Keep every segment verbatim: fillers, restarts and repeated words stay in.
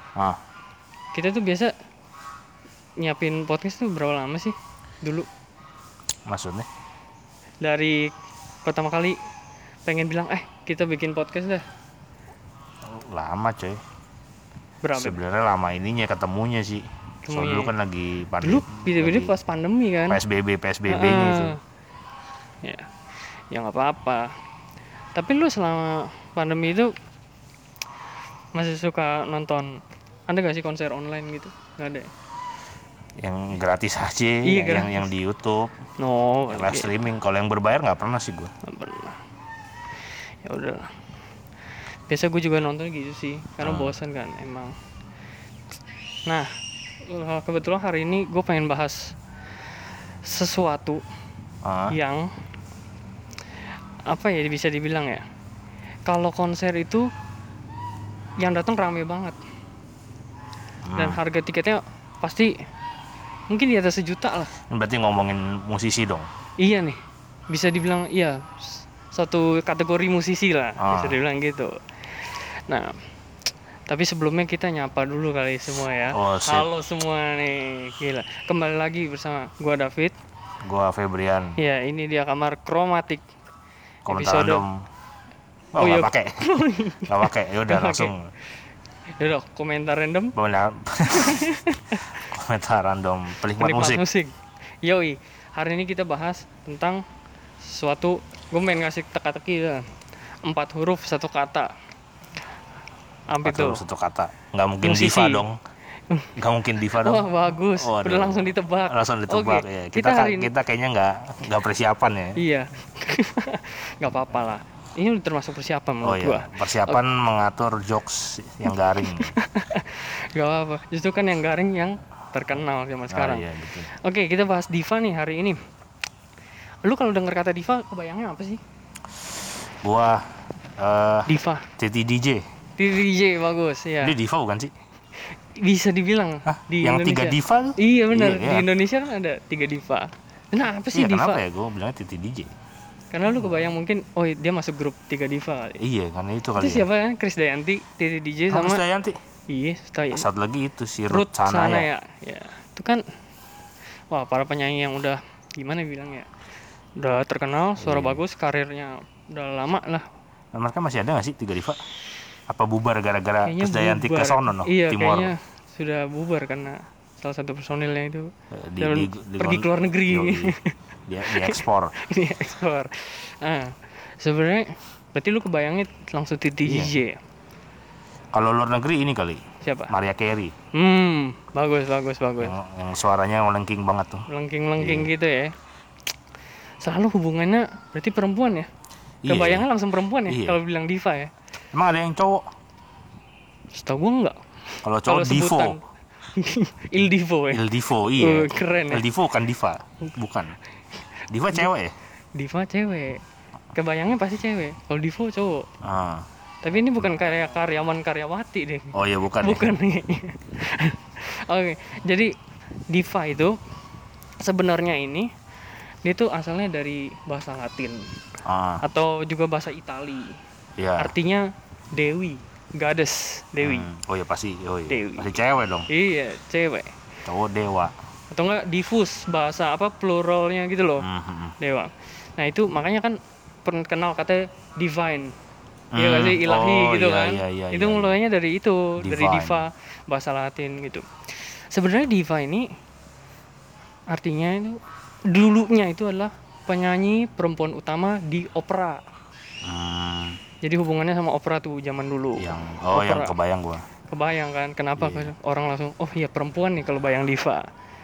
Ah, Kita tuh biasa nyiapin podcast tuh berapa lama sih dulu? maksudnya? Dari pertama kali pengen bilang eh kita bikin podcast dah. Lama coy. Berapa? Sebenarnya lama ininya ketemunya sih. Soalnya dulu Ketemunya. kan lagi Dulu pandemi, video-video lagi pas pandemi kan. P S B B P S B B-nya itu. Ah, ya, ya nggak apa-apa. Tapi lu selama pandemi itu masih suka nonton? Ada gak sih konser online gitu? Gak ada. Ya? Yang gratis aja, Iya, yang gratis. yang di YouTube, No, yang live oke. streaming. Kalau yang berbayar nggak pernah sih gue. Nggak pernah. Ya udah. Biasa gue juga nonton gitu sih, karena Hmm. bosan kan emang. Nah, kebetulan hari ini gue pengen bahas sesuatu Ah, yang apa ya bisa dibilang ya. Kalau konser itu yang datang rame banget. Dan hmm. harga tiketnya pasti mungkin di atas sejuta lah. Berarti ngomongin musisi dong. Iya nih, bisa dibilang iya satu kategori musisi lah, Ah. bisa dibilang gitu. Nah, tapi sebelumnya kita nyapa dulu kali semua ya. Oh, sip. Halo semua nih, gila. Kembali lagi bersama gua David. Gua Febrian. Ya, ini dia kamar kromatik. Komentar Episode- random. Oh, Oh, nggak iya. pakai. Nggak pakai. Ya udah Nggak langsung. Yaudah, komentar random. Komentar. Komentar random penikmat Penikmat musik. musik. Yoi, hari ini kita bahas tentang suatu, gue main ngasih teka-teki ya. Empat huruf satu kata. Apa itu? Atau satu kata. Nggak mungkin Musisi. diva dong. Nggak mungkin diva dong. Wah bagus, Oh, udah langsung ditebak. Langsung ditebak Oke, ya. Kita, Kita hari ini, kita kayaknya nggak nggak persiapan ya. iya, nggak apa-apa lah. Ini udah termasuk persiapan Oh menurut gua. iya, persiapan mengatur jokes yang garing. Gak apa-apa. Justru kan yang garing yang terkenal zaman sekarang. Ah, iya, betul. Oke, kita bahas diva nih hari ini. Lu kalau denger kata diva, kebayangnya apa sih? Gua eh Diva. Titi D J. D J bagus ya. Dia diva bukan sih? Bisa dibilang Hah? di Yang Indonesia. tiga diva tuh? Iya benar, Iya, di iya. Indonesia kan ada tiga diva. Nah, apa sih Iya, diva? kenapa ya gue bilangnya Titi D J? Karena lu kebayang mungkin oh dia masuk grup tiga diva kali. Iya, karena itu kali. Itu siapa ya? Chris Dayanti, Titi D J ya. sama Dayanti. iya, tahu ya. Satu lagi itu si Ruth Ruth sana, sana ya. ya. Ya, itu kan wah, para penyanyi yang udah gimana bilang ya? Udah terkenal, suara Iya. bagus, karirnya udah lama lah. Nah, mereka masih ada nggak sih tiga diva? Apa bubar gara-gara Kayaknya Chris Dayanti ke bubar. sono no? Iya, Timor. kayaknya sudah bubar karena salah satu personilnya itu Eh, Di, dan di, di, pergi ke luar negeri. Yoi. Dia diekspor. Ini ekspor. Nah, sebenarnya berarti lu kebayangnya langsung Titi Iya. D J. Kalau luar negeri ini kali. Siapa? Mariah Carey. Hmm, bagus bagus bagus. Yang, yang suaranya ngelengking banget tuh. Lengking-lengking Iya. gitu ya. Selalu hubungannya berarti perempuan ya. Iya. Kebayangnya langsung perempuan ya Iya. kalau bilang diva ya. Emang ada yang cowok? Setahu gua enggak. Kalau cowok Divo. Il Divo ya. Il Divo, iya. Oh, keren ya. Il Divo kan diva, bukan. Diva cewek ya? Diva cewek. Kebayangnya pasti cewek. Kalau Divo cowok. Ah. Tapi ini bukan karya karyawan karyawati deh. Oh iya bukan. Bukan Ya? nih. Oke, jadi diva itu sebenarnya ini dia tuh asalnya dari bahasa Latin Ah, atau juga bahasa Itali. iya. Artinya dewi, goddess, dewi. Hmm. Oh iya pasti, oh iya. Dewi. Pasti cewek dong. Iya, cewek. Cowok dewa. Atau enggak diffus, bahasa apa pluralnya gitu loh. Hmm, hmm, hmm. Dewa. Nah, itu makanya kan terkenal katanya divine. Iya Hmm. nggak sih ilahi Oh, gitu iya, kan. iya, iya, itu iya. mulainya dari itu, dari Divine. diva bahasa Latin gitu. Sebenarnya diva ini artinya itu dulunya itu adalah penyanyi perempuan utama di opera. Hmm. Jadi hubungannya sama opera tuh zaman dulu. Yang oh yang Opera. kebayang gua. Kebayang kan kenapa Iya. orang langsung oh iya perempuan nih kalau bayang diva.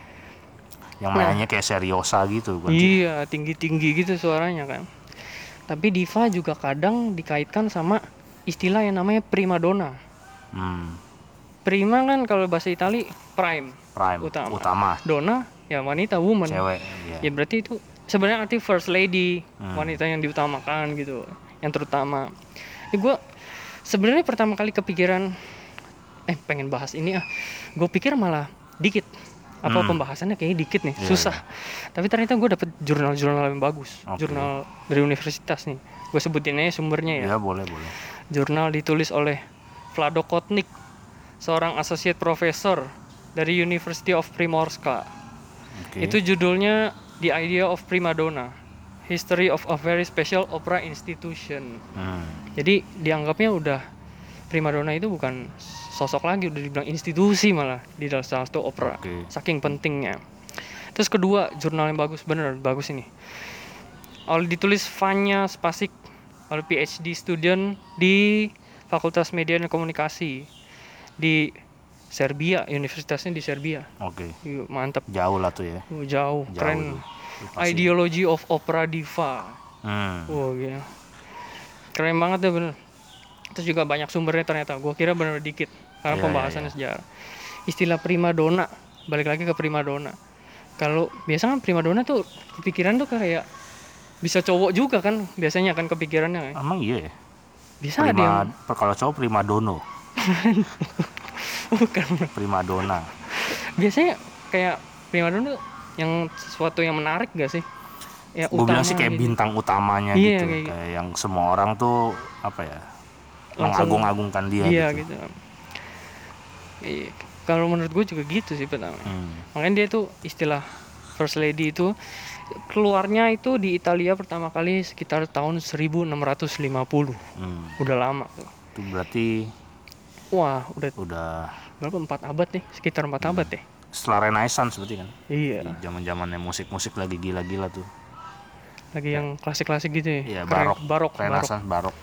Yang Nah. mainnya kayak seriosa gitu kan. sih? Iya, tinggi-tinggi gitu suaranya kan. Tapi diva juga kadang dikaitkan sama istilah yang namanya primadonna. Hmm. Prima kan kalau bahasa Itali prime, Prime utama. utama. Donna ya wanita, woman. Cewek, iya. Ya berarti itu sebenarnya arti first lady, Hmm. wanita yang diutamakan gitu, yang terutama. Ya gue sebenarnya pertama kali kepikiran eh pengen bahas ini ah. Gue pikir malah dikit. Apa Hmm. pembahasannya kayaknya dikit nih, Iya, susah. Tapi ternyata gue dapet jurnal-jurnal yang bagus, Oke. jurnal dari universitas nih. Gue sebutin aja sumbernya ya. Iya boleh boleh. Jurnal ditulis oleh Vlado Kotnik seorang associate professor dari University of Primorska. Oke. Itu judulnya The Idea of Prima Donna, History of a Very Special Opera Institution. Hmm. Jadi dianggapnya udah prima donna itu bukan sosok lagi, udah dibilang institusi malah di dalam salah satu opera. Oke. Saking pentingnya. Terus kedua, jurnal yang bagus, bener bagus ini. Oleh ditulis Vanya Spasik, oleh PhD student di Fakultas Media dan Komunikasi di Serbia, universitasnya di Serbia. Oke. Yuk, mantap. Jauh lah tuh ya. Oh, jauh, Jauh keren. tuh. Itu pasti- Ideology of Opera Diva. Hmm. Wow, gila. Keren banget deh bener. Terus juga banyak sumbernya ternyata. Gua kira bener dikit karena Iya, pembahasannya iya, iya. sejarah. Istilah prima donna, balik lagi ke prima donna. Kalau biasa kan prima donna tuh kepikiran tuh kayak bisa cowok juga kan, biasanya kan kepikirannya. Emang iya ya. Bisa ada yang Prima, kalau cowok prima dono, bukan. prima donna. Biasanya kayak prima donna tuh yang sesuatu yang menarik gak sih? Ya, Gue bilang sih utama kayak gitu. bintang utamanya Iya, gitu, kayak kayak, gitu. yang semua orang tuh apa ya, Langsung- mengagung-agungkan dia Iya gitu. gitu. Iya. Kalau menurut gue juga gitu sih pertama. Hmm. Makanya dia tuh istilah First Lady itu keluarnya itu di Italia pertama kali sekitar tahun seribu enam ratus lima puluh. Hmm. Udah lama tuh. Itu berarti Wah, udah udah berapa empat abad nih, sekitar empat abad deh. setelah Renaissance berarti kan. Iya. Zaman-zamannya musik-musik lagi gila-gila tuh. Lagi yang klasik-klasik gitu ya. Iya, Keren. barok, barok, barok. Renaissance barok.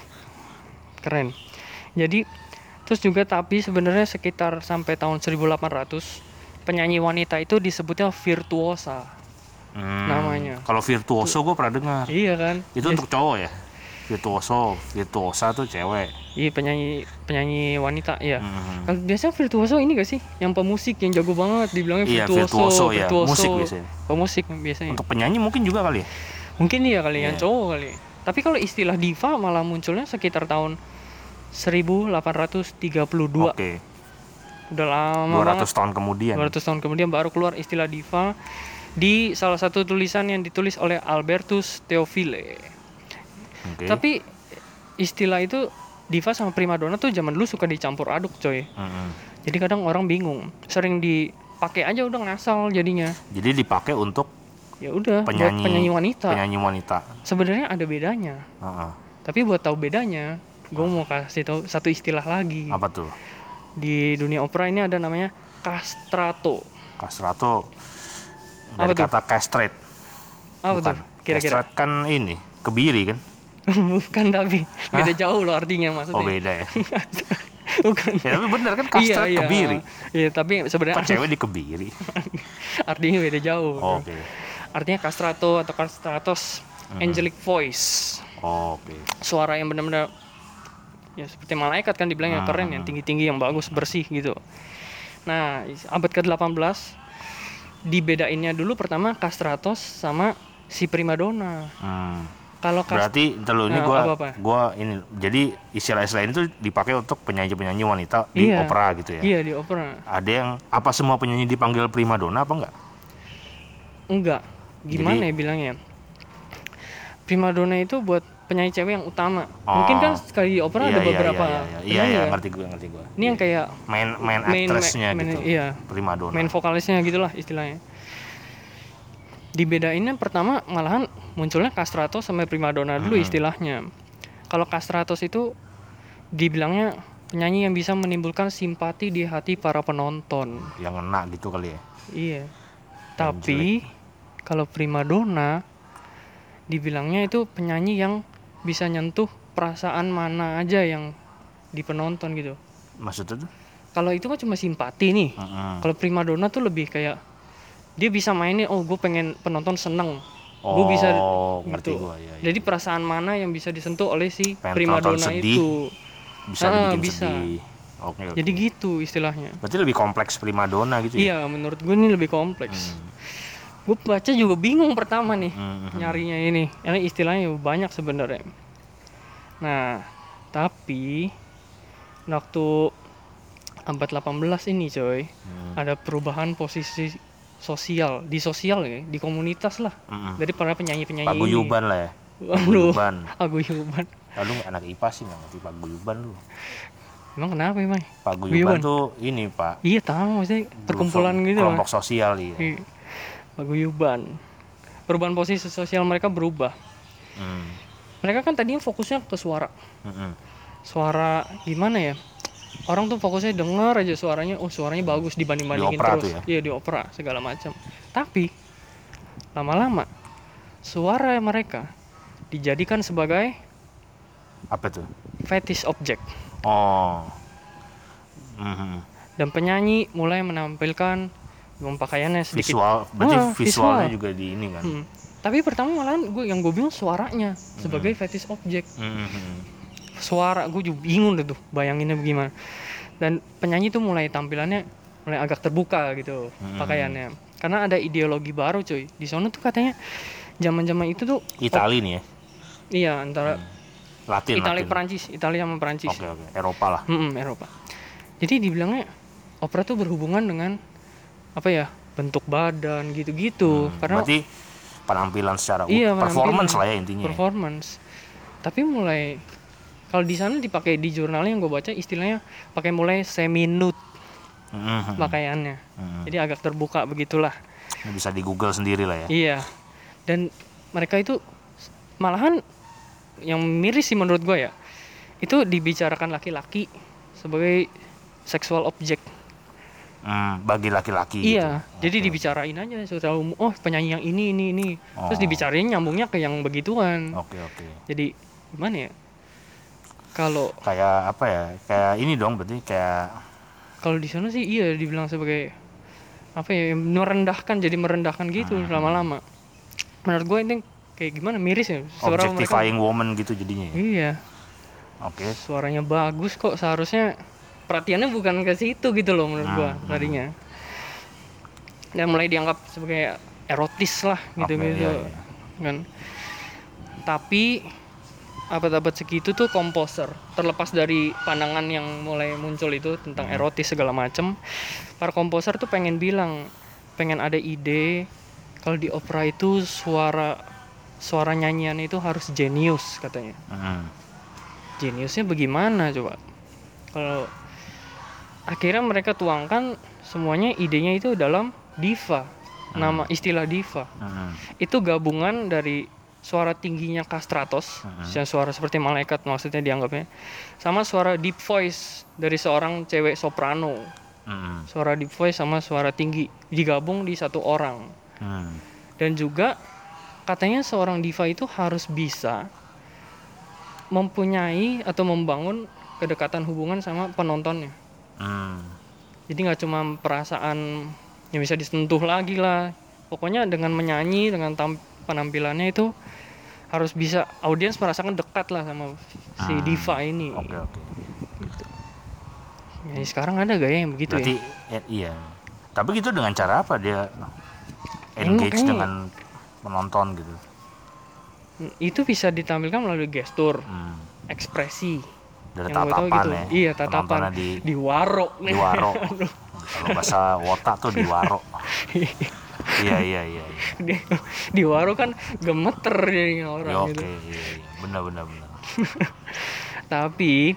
Keren. Jadi terus juga tapi sebenarnya sekitar sampai tahun seribu delapan ratus penyanyi wanita itu disebutnya virtuosa. Hmm. Namanya. Kalau virtuoso gue pernah dengar. Iya kan? Itu Yes. untuk cowok ya. Virtuoso, virtuosa tuh cewek. Iya, penyanyi penyanyi wanita ya. Hmm. Kalau biasanya virtuoso ini gak sih? Yang pemusik yang jago banget dibilangnya Iya, virtuoso, virtuoso ya. virtuoso. Musik biasanya. Pemusik biasanya. Untuk penyanyi mungkin juga kali ya. Mungkin iya kali yang Iya. cowok kali. Tapi kalau istilah diva malah munculnya sekitar tahun seribu delapan ratus tiga puluh dua. Oke. Udah lama dua banget. ratus tahun kemudian. dua ratus tahun kemudian baru keluar istilah diva di salah satu tulisan yang ditulis oleh Albertus Theophile. Oke. Tapi istilah itu diva sama primadona tuh zaman dulu suka dicampur aduk, coy. Mm-mm. Jadi kadang orang bingung. Sering dipakai aja udah ngasal jadinya. Jadi dipakai untuk Ya udah buat penyanyi penyanyi wanita. Penyanyi wanita. Sebenarnya ada bedanya. Heeh. Tapi buat tahu bedanya, gue mau kasih tahu satu istilah lagi. Apa tuh? Di dunia opera ini ada namanya castrato. Castrato. Dari Apa tuh? kata castrate. Apa Bukan. tuh? Kira-kira. Castrate kan ini, kebiri kan? Bukan, tapi beda jauh loh artinya maksudnya. Oh beda ya. Bukan. Ya tapi bener kan castrate iya, kebiri. Iya, tapi sebenarnya Kok cewek dikebiri? artinya beda jauh. Oh, Oke. Artinya castrato atau castratos, angelic voice. Oh, Oke. Suara yang benar-benar ya seperti malaikat kan dibilang yang keren, yang tinggi-tinggi, yang bagus, bersih gitu. Nah, abad ke delapan belas dibedainnya dulu pertama castratos sama si primadonna. Hmm. Kalau kas- Berarti terlalu ini Nah, gua apa-apa? gua ini jadi istilah-istilah ini tuh dipakai untuk penyanyi-penyanyi wanita di Iya. opera gitu ya. Iya, di opera. Ada yang apa semua penyanyi dipanggil primadona apa enggak? Enggak. Gimana Jadi- ya bilangnya? Primadonna itu buat penyanyi cewek yang utama. Oh. Mungkin kan sekali di opera Iya, ada iya, beberapa Iya, iya, iya, penyanyi iya, ya. ngerti gue, ngerti gue. Ini yang kayak main main main- actress-nya main- gitu. iya. Primadona. main vokalisnya gitulah istilahnya. Dibedainnya pertama malahan munculnya castrato sama primadonna dulu Hmm. istilahnya. Kalau castratos itu dibilangnya penyanyi yang bisa menimbulkan simpati di hati para penonton. Yang ngena gitu kali ya. Iya. Tapi kalau primadonna dibilangnya itu penyanyi yang bisa nyentuh perasaan mana aja yang di penonton gitu. Maksudnya tuh? Kalau itu kan cuma simpati nih. Mm-mm. Kalau primadonna tuh lebih kayak dia bisa mainin, oh gue pengen penonton seneng. Gue bisa Oh, ngerti gitu. gua, iya, iya. Jadi perasaan mana yang bisa disentuh oleh si Pengen primadonna penonton sedih, itu. Bisa Ah, dibikin bisa. sedih. Oke, oke. Jadi gitu istilahnya. Berarti lebih kompleks primadona gitu ya? Iya, menurut gue ini lebih kompleks. Gue baca juga bingung pertama nih Hmm. nyarinya ini. Ini istilahnya banyak sebenarnya. Nah, tapi waktu abad delapan belas ini coy, Hmm. ada perubahan posisi sosial, di sosial ya, di komunitas lah. Mm-mm. Dari para penyanyi-penyanyi ini. Paguyuban lah ya. Waduh, Paguyuban. paguyuban. Lalu anak I P A sih nggak ngerti paguyuban lu. Emang kenapa emang? Paguyuban tuh ini Pak, Iya tahu, maksudnya perkumpulan gitu kelompok lah. sosial iya. Iya. Paguyuban. Perubahan posisi sosial mereka berubah. Hmm. Mereka kan tadinya fokusnya ke suara. Mm-mm. Suara gimana ya? Orang tuh fokusnya denger aja suaranya, oh suaranya bagus dibanding-bandingin Di opera terus. tuh ya? Iya di opera segala macam. Tapi lama-lama suara mereka dijadikan sebagai Apa tuh? fetish object. Oh. Mhm. Dan penyanyi mulai menampilkan pakaiannya sedikit Visual, berarti Ah, visualnya visual. juga di ini kan. Hmm. Tapi pertama malahan gue yang gue bingung suaranya sebagai Hmm. fetish object. Mhm. Suara gue juga bingung deh tuh bayanginnya bagaimana. Dan penyanyi tuh mulai tampilannya mulai agak terbuka gitu Hmm. pakaiannya. Karena ada ideologi baru cuy. Di sana tuh katanya zaman-zaman itu tuh Itali nih ya. iya antara Latin. Italia Latin. Perancis, Italia sama Perancis. Oke oke. Eropa lah. Mm-mm, Eropa. Jadi dibilangnya opera tuh berhubungan dengan apa ya bentuk badan gitu-gitu. Hmm. Karena Berarti penampilan secara ut- iya, performance penampilan. lah ya intinya. ya. Performance. Tapi mulai kalau di sana dipakai di jurnalnya yang gue baca istilahnya pakai mulai semi nude Mhm. pakaiannya. Mhm. Jadi agak terbuka begitulah. Ini bisa di Google sendiri lah ya. Iya. Dan mereka itu malahan yang miris sih menurut gue ya. Itu dibicarakan laki-laki sebagai seksual objek. Hmm, bagi laki-laki Iya, gitu. jadi Oke. dibicarain aja secara umum. Oh, penyanyi yang ini ini ini. Terus Oh. dibicarain nyambungnya ke yang begituan. Oke oke. Jadi gimana ya? Kalau Kayak apa ya? Kayak ini dong berarti kayak kalau di sana sih iya dibilang sebagai apa ya merendahkan jadi merendahkan gitu Hmm. lama-lama. Menurut gue ini kayak gimana miris ya. Suara mereka- objectifying woman gitu jadinya ya. Iya, Oke. suaranya bagus kok seharusnya perhatiannya bukan ke situ gitu loh menurut gua Hmm, tadinya. Dan mulai dianggap sebagai erotis lah gitu Oke, gitu iya, iya. kan. Tapi abad-abad segitu tuh komposer terlepas dari pandangan yang mulai muncul itu tentang erotis segala macem, para komposer tuh pengen bilang pengen ada ide kalau di opera itu suara suara nyanyian itu harus jenius katanya. Mhm. Jeniusnya bagaimana coba? Kalau akhirnya mereka tuangkan semuanya idenya itu dalam diva, nama istilah diva. Mhm. Itu gabungan dari suara tingginya castratos, yang suara seperti malaikat maksudnya dianggapnya, sama suara deep voice dari seorang cewek soprano. Mhm. Suara deep voice sama suara tinggi digabung di satu orang. Mhm. Dan juga katanya seorang diva itu harus bisa mempunyai atau membangun kedekatan hubungan sama penontonnya. Mhm. Jadi nggak cuma perasaan yang bisa disentuh lagi lah. Pokoknya dengan menyanyi, dengan tam- penampilannya itu harus bisa audiens merasakan dekat lah sama si Hmm. diva ini. Oke oke. Ya, sekarang ada gaya yang begitu Berarti ya. ya, iya. Tapi gitu dengan cara apa dia engage Makanya- dengan penonton gitu? Itu bisa ditampilkan melalui gestur, Hmm. ekspresi. Dari Yang gue tahu tatapan gitu. ya. Iya, tatapan. Penontonnya di Di waro. di waro. Kalau bahasa Wota tuh di waro. Iya iya iya. iya. di, di waro kan gemeter jadinya orang Ya, oke, gitu. iya, iya. Benar benar benar. Tapi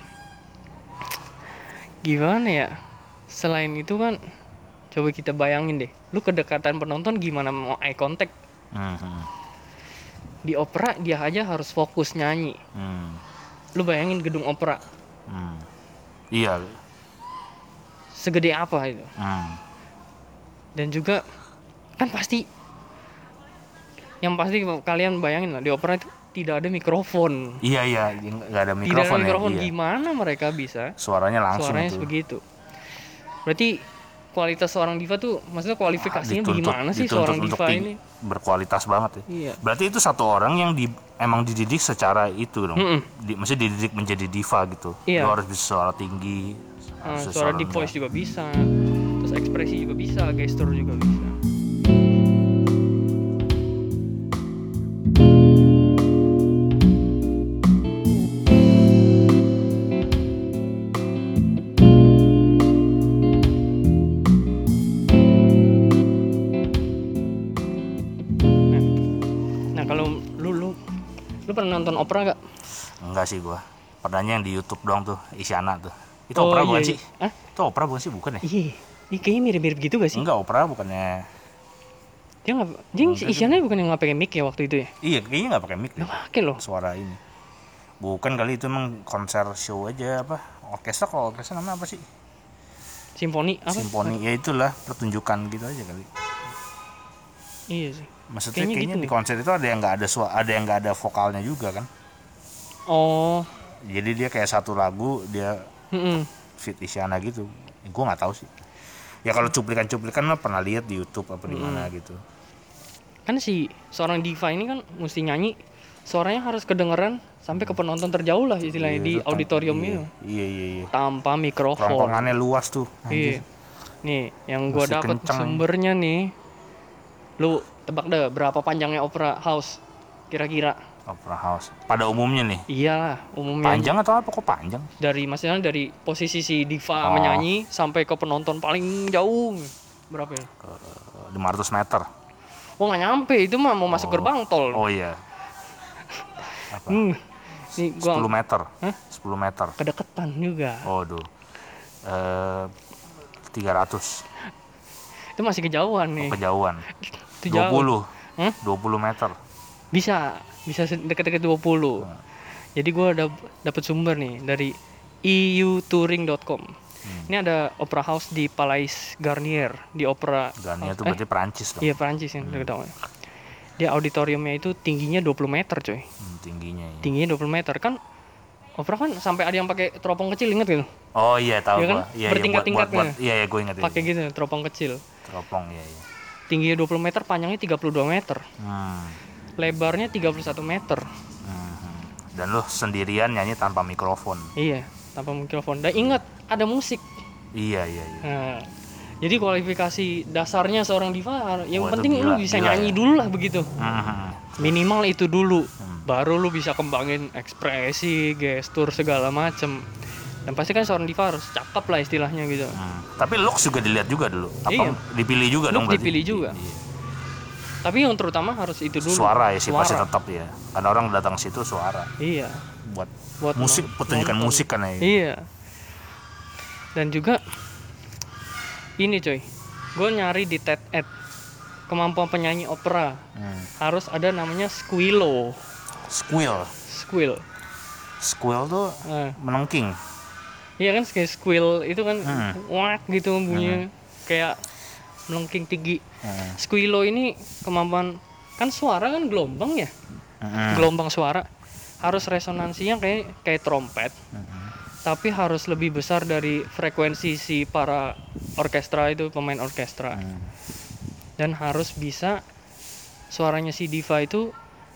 gimana ya? Selain itu kan coba kita bayangin deh. Lu kedekatan penonton gimana mau eye contact? Mhm. Di opera dia aja harus fokus nyanyi. Hmm. Lu bayangin gedung opera Hmm. Iya. segede apa itu. Hmm. Dan juga kan pasti yang pasti kalian bayangin lah di opera itu tidak ada mikrofon. Iya iya, nggak ada Tidak ada mikrofon ya. mikrofon Iya. gimana mereka bisa Suaranya langsung suaranya itu. begitu. Berarti kualitas seorang diva tuh maksudnya kualifikasinya Dituntut- bagaimana sih dituntut seorang untuk diva ting- ini? berkualitas banget ya. Iya. Berarti itu satu orang yang di, emang dididik secara itu dong. Mm-mm. Di, maksudnya dididik menjadi diva gitu. Iya. Lo harus bisa suara tinggi, Nah, harus bisa suara deep rendah. voice juga bisa, terus ekspresi juga bisa, gestur juga bisa. Nah, nah kalau lu lu lu pernah nonton opera gak? Enggak sih gua. Pernahnya yang di YouTube doang tuh, Isyana tuh. Itu opera bukan iya, sih? iya. Hah? Itu opera bukan sih? Bukan ya? Iya. Ini kayaknya mirip-mirip gitu gak sih? Enggak, opera bukannya. Dia nggak, dia isiannya bukan yang nggak pakai mic ya waktu itu ya? Iya, kayaknya nggak pakai mic deh. Nggak pakai loh. Suara ini. Bukan kali, itu emang konser show aja apa? Orkestra, kalau orkestra namanya apa sih? Simfoni apa? Simfoni, ya itulah pertunjukan gitu aja kali. Iya sih. Maksudnya Kayaknya kayaknya, gitu di nih. konser itu ada yang nggak ada suara, ada yang nggak ada vokalnya juga kan? Oh, Jadi dia kayak satu lagu dia mm-mm. fit Isyana gitu. Ya, gue nggak tahu sih. Ya kalau cuplikan-cuplikan mah pernah lihat di YouTube apa di mana gitu. Kan si seorang diva ini kan mesti nyanyi, suaranya harus kedengeran sampai ke penonton terjauh lah istilahnya Iya, di itu tam- auditorium iya, itu Iya iya iya. tanpa mikrofon. Kerongkongannya luas tuh. Iya. Anjir. Nih, yang gua Mesti dapat kenceng. sumbernya nih. Lu tebak deh berapa panjangnya opera house? Kira-kira. Opera house. Pada umumnya nih. Iyalah, umumnya Panjang atau apa kok panjang? dari maksudnya dari posisi si diva Oh. menyanyi sampai ke penonton paling jauh. Berapa ya? lima ratus meter. Oh, nggak nyampe, itu mah mau masuk Oh. gerbang tol. Oh iya. Apa? Hmm. Nih gua sepuluh meter. Hah? sepuluh meter. kedeketan juga. Oh, aduh. Eh tiga ratus. Itu masih kejauhan nih. Kejauhan. Itu dua jauh. puluh. Hah? dua puluh meter. Bisa, bisa se- deket-deket dua puluh. Nah. Jadi gua ada dapat sumber nih dari e u touring dot com. Hmm. Ini ada opera house di Palais Garnier di opera Garnier itu eh, berarti Perancis dong. iya Perancis yang hmm. tahu. Dia auditoriumnya itu tingginya dua puluh meter, coy. Hmm, tingginya ya. Tingginya dua puluh meter kan. Opera kan sampai ada yang pakai teropong kecil, inget gitu? Oh iya tahu Iya kan? gua. Iya Bertingkat-tingkat iya buat, buat, kan? buat, iya iya gue ingat Pakai itu. gitu teropong kecil. Teropong iya iya. Tingginya dua puluh meter, panjangnya tiga puluh dua meter. Hmm. Lebarnya tiga puluh satu meter. Hmm. Dan lu sendirian nyanyi tanpa mikrofon. Iya, tanpa mikrofon. Dan ingat, ada musik. Iya iya iya. Nah, jadi kualifikasi dasarnya seorang diva, yang Wah, itu penting gila, lu bisa gila nyanyi ya. dulu lah begitu. Hmm. Minimal itu dulu. Hmm. Baru lu bisa kembangin ekspresi, gestur segala macem. Dan pasti kan seorang diva harus cakep lah istilahnya gitu. Hmm. Tapi looks juga dilihat juga dulu. Apa Iya. dipilih juga Look dong berarti? dipilih juga. Iya. Tapi yang terutama harus itu dulu. Suara ya sih pasti Suara. tetap ya. Karena orang datang situ suara. Iya. Buat, Buat musik, non- pertunjukan nonton. musik kan ya. Iya. Dan juga ini coy, gue nyari di TED-Ed kemampuan penyanyi opera Hmm. harus ada namanya squillo. Squeal. Squeal. Squeal tuh Nah, menengking. iya kan kayak squeal itu kan Hmm. wak gitu bunyinya kayak melengking tinggi. Hmm. Squillo ini kemampuan kan suara kan gelombang ya, Hmm. gelombang suara harus resonansinya kayak kayak trompet. Hmm. Tapi harus lebih besar dari frekuensi si para orkestra itu, pemain orkestra. Hmm. Dan harus bisa suaranya si diva itu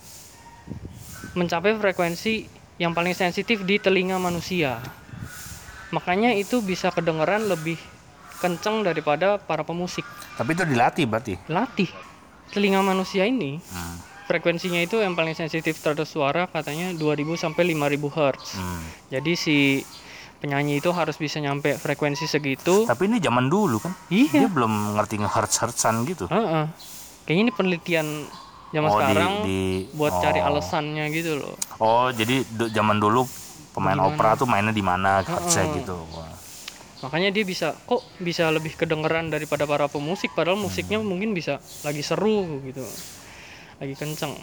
mencapai frekuensi yang paling sensitif di telinga manusia. Makanya itu bisa kedengeran lebih kenceng daripada para pemusik. Tapi itu dilatih berarti. Latih telinga manusia ini, Hmm. frekuensinya itu yang paling sensitif terhadap suara katanya dua ribu sampai lima ribu hertz. Hmm. Jadi si penyanyi itu harus bisa nyampe frekuensi segitu. Tapi ini zaman dulu kan. Iya. Dia belum ngerti nge-hertz-hertzan gitu. Heeh. Kayaknya ini penelitian zaman Oh, di- sekarang di- buat oh. cari alasannya gitu loh. Oh, jadi du- zaman dulu pemain Gimana? opera tuh mainnya di mana hertznya Heeh. gitu. Wah. Makanya dia bisa kok bisa lebih kedengeran daripada para pemusik padahal musiknya mungkin bisa lagi seru gitu. Lagi kenceng.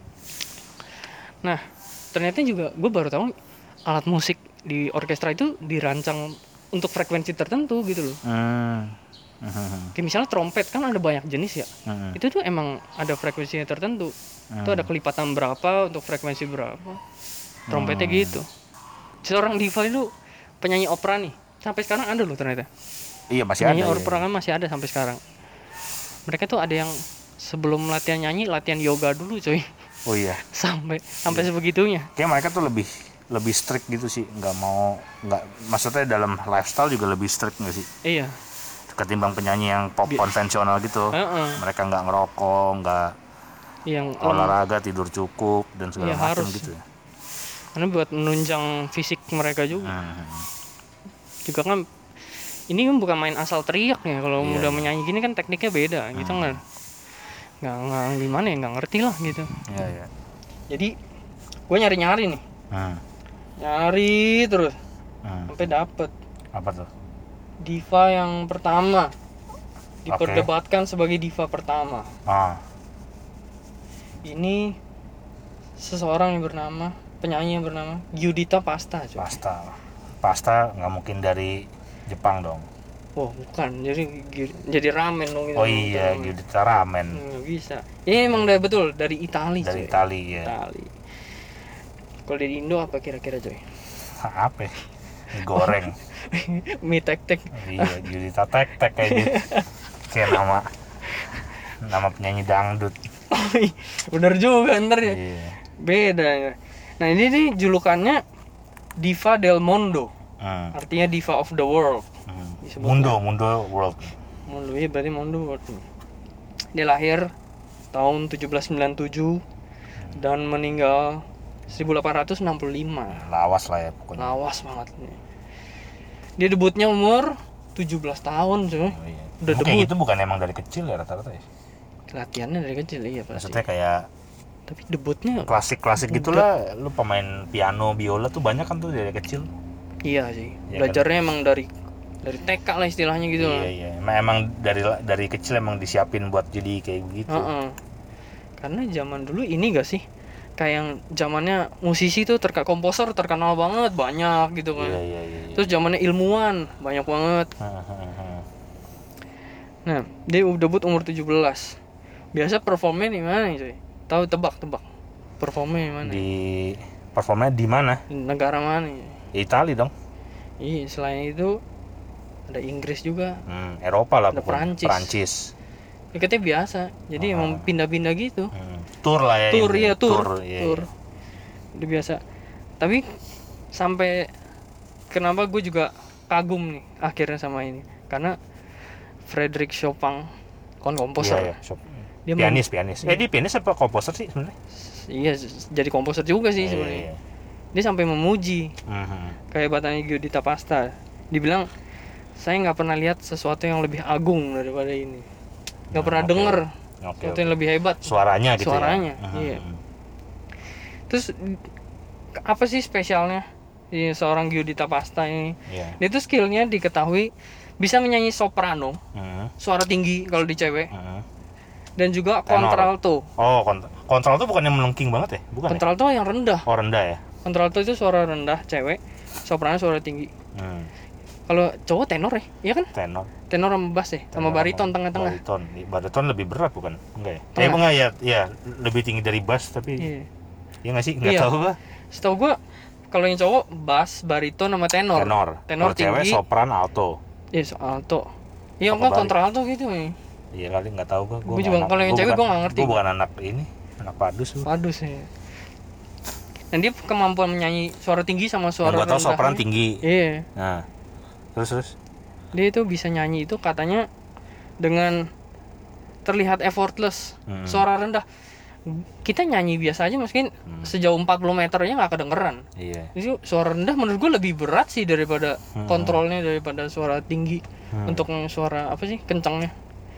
Nah, ternyata juga gue baru tahu alat musik di orkestra itu dirancang untuk frekuensi tertentu gitu loh. Hmm. Hmm. Kayak misalnya trompet kan ada banyak jenis ya. Hmm. Itu tuh emang ada frekuensinya tertentu. Itu ada kelipatan berapa untuk frekuensi berapa. Trompetnya Hmm. gitu. Seorang diva itu penyanyi opera nih. Sampai sekarang ada loh ternyata. Iya masih Penyanyi ada. opera Ya. kan masih ada sampai sekarang. Mereka tuh ada yang sebelum latihan nyanyi latihan yoga dulu coy. Oh iya. Sampai sampai sebegitunya. Kayak mereka tuh lebih lebih strict gitu sih. Nggak mau nggak maksudnya dalam lifestyle juga lebih strict nggak sih? Iya. Ketimbang penyanyi yang pop Bi- konvensional gitu. Heeh. Mereka nggak ngerokok, nggak Yang lem- olahraga, tidur cukup dan segala Iya, macam harus. gitu ya. karena buat menunjang fisik mereka juga. Hmm. Juga kan ini kan bukan main asal teriak ya, kalau Iya, udah iya. menyanyi gini kan tekniknya beda gitu nggak nggak nggak gimana ya, nggak ngerti lah gitu. Iya iya. Jadi gue nyari nyari nih Hmm. nyari terus Hmm. sampai dapet Apa tuh? Diva yang pertama diperdebatkan okay. sebagai diva pertama. Ah. Ini seseorang yang bernama penyanyi yang bernama Gyudita Pasta. Coba. Pasta. Pasta nggak mungkin dari Jepang dong. Oh bukan, jadi jadi ramen dong. Oh iya, Gyudita ramen. Nggak bisa. Ini emang dari betul dari Itali. Dari Itali ya. Itali. Kalau dari Indo apa kira-kira coy? Apa? Mie goreng. Mie tek-tek. Iya, Gyudita tek-tek kayak gitu. Kayak nama nama penyanyi dangdut. Bener juga ntar ya. Iya. Beda. Nah ini nih julukannya Diva del Mondo. Hmm. Artinya Diva of the World. Hmm. Mundo, Mundo World. Mundo, iya berarti Mundo World. Dia lahir tahun tujuh belas sembilan puluh tujuh hmm. dan meninggal seribu delapan ratus enam puluh lima. Lawas lah ya pokoknya. Lawas banget nih. Dia debutnya umur tujuh belas tahun cuy. Oh, iya. Udah debut. Kayak gitu bukan emang dari kecil ya rata-rata ya? Latihannya dari kecil iya pasti. Maksudnya kayak tapi debutnya klasik-klasik gitulah. Lu pemain piano, biola tuh banyak kan tuh dari kecil. Iya sih. Ya, belajarnya kan? emang dari dari T K lah istilahnya gitu. Iya iya. Emang, emang dari dari kecil emang disiapin buat jadi kayak begitu. Uh-uh. Karena zaman dulu ini gak sih? Kayak yang zamannya musisi tuh terkenal, komposer terkenal banget banyak gitu kan. Iya, iya, iya, iya. Terus zamannya ilmuwan banyak banget. Nah, dia debut umur tujuh belas. Biasa performnya di mana cuy? Tahu tebak-tebak. Performnya di mana? Di performnya di mana? Di negara mana? Itali dong. Iya, selain itu ada Inggris juga. Hmm, Eropa lah ada pokoknya. Perancis. Perancis. Ikatnya biasa. Jadi uh-huh. emang pindah-pindah gitu. Hmm. Tour lah ya. Tour ya, tour. Tour. Iya, tour. Iya. Udah biasa. Tapi sampai kenapa gue juga kagum nih akhirnya sama ini? Karena Frédéric Chopin kon komposer. Iya, iya. Dia pianis, mem- pianis. Eh, dia pianis apa komposer sih sebenarnya? Iya, jadi komposer juga sih iya, sebenarnya. Iya. Dia sampai memuji uh-huh. kehebatannya Gyudita Pasta. Dibilang saya nggak pernah lihat sesuatu yang lebih agung daripada ini. Nggak hmm, pernah okay. denger okay, sesuatu okay. yang lebih hebat. Suaranya gitu Suaranya, ya? uh-huh. iya. Terus apa sih spesialnya di seorang Gyudita Pasta ini? Yeah. Dia tuh skillnya diketahui bisa menyanyi soprano, uh-huh. suara tinggi kalau di cewek. Uh-huh. Dan juga kontralto. Oh, kont- kontralto bukan yang melengking banget ya? Bukan. Kontralto ya? Yang rendah. Oh, rendah ya? Kontralto itu suara rendah cewek, soprano suara tinggi. Hmm. Kalau cowok tenor ya? Iya kan? Tenor. Tenor sama bass ya? Sama bariton tengah-tengah. Bariton. Bariton lebih berat bukan? Enggak ya? Tengah. Eh, enggak ya? Ya, lebih tinggi dari bass tapi. Iya. Iya enggak sih? Enggak iya. tahu gua. Setahu gua kalau yang cowok bass, bariton sama tenor. Tenor. Tenor tinggi. Cewek sopran, alto. Iya, so, alto. Iya, enggak kontralto gitu nih. Iya kali nggak tahu gua. Gua juga kalau yang cewek gua nggak ngerti. Gua bukan anak ini, anak padus. Gua. Padus ya. Dan dia kemampuan menyanyi suara tinggi sama suara rendah. Gua tahu sopran tinggi. Iya. Nah, terus terus. Dia itu bisa nyanyi itu katanya dengan terlihat effortless, hmm. suara rendah. Kita nyanyi biasa aja mungkin hmm. sejauh empat puluh meter aja nggak kedengeran. Iya. Jadi suara rendah menurut gua lebih berat sih daripada hmm. kontrolnya daripada suara tinggi. Hmm. Untuk suara apa sih kencangnya.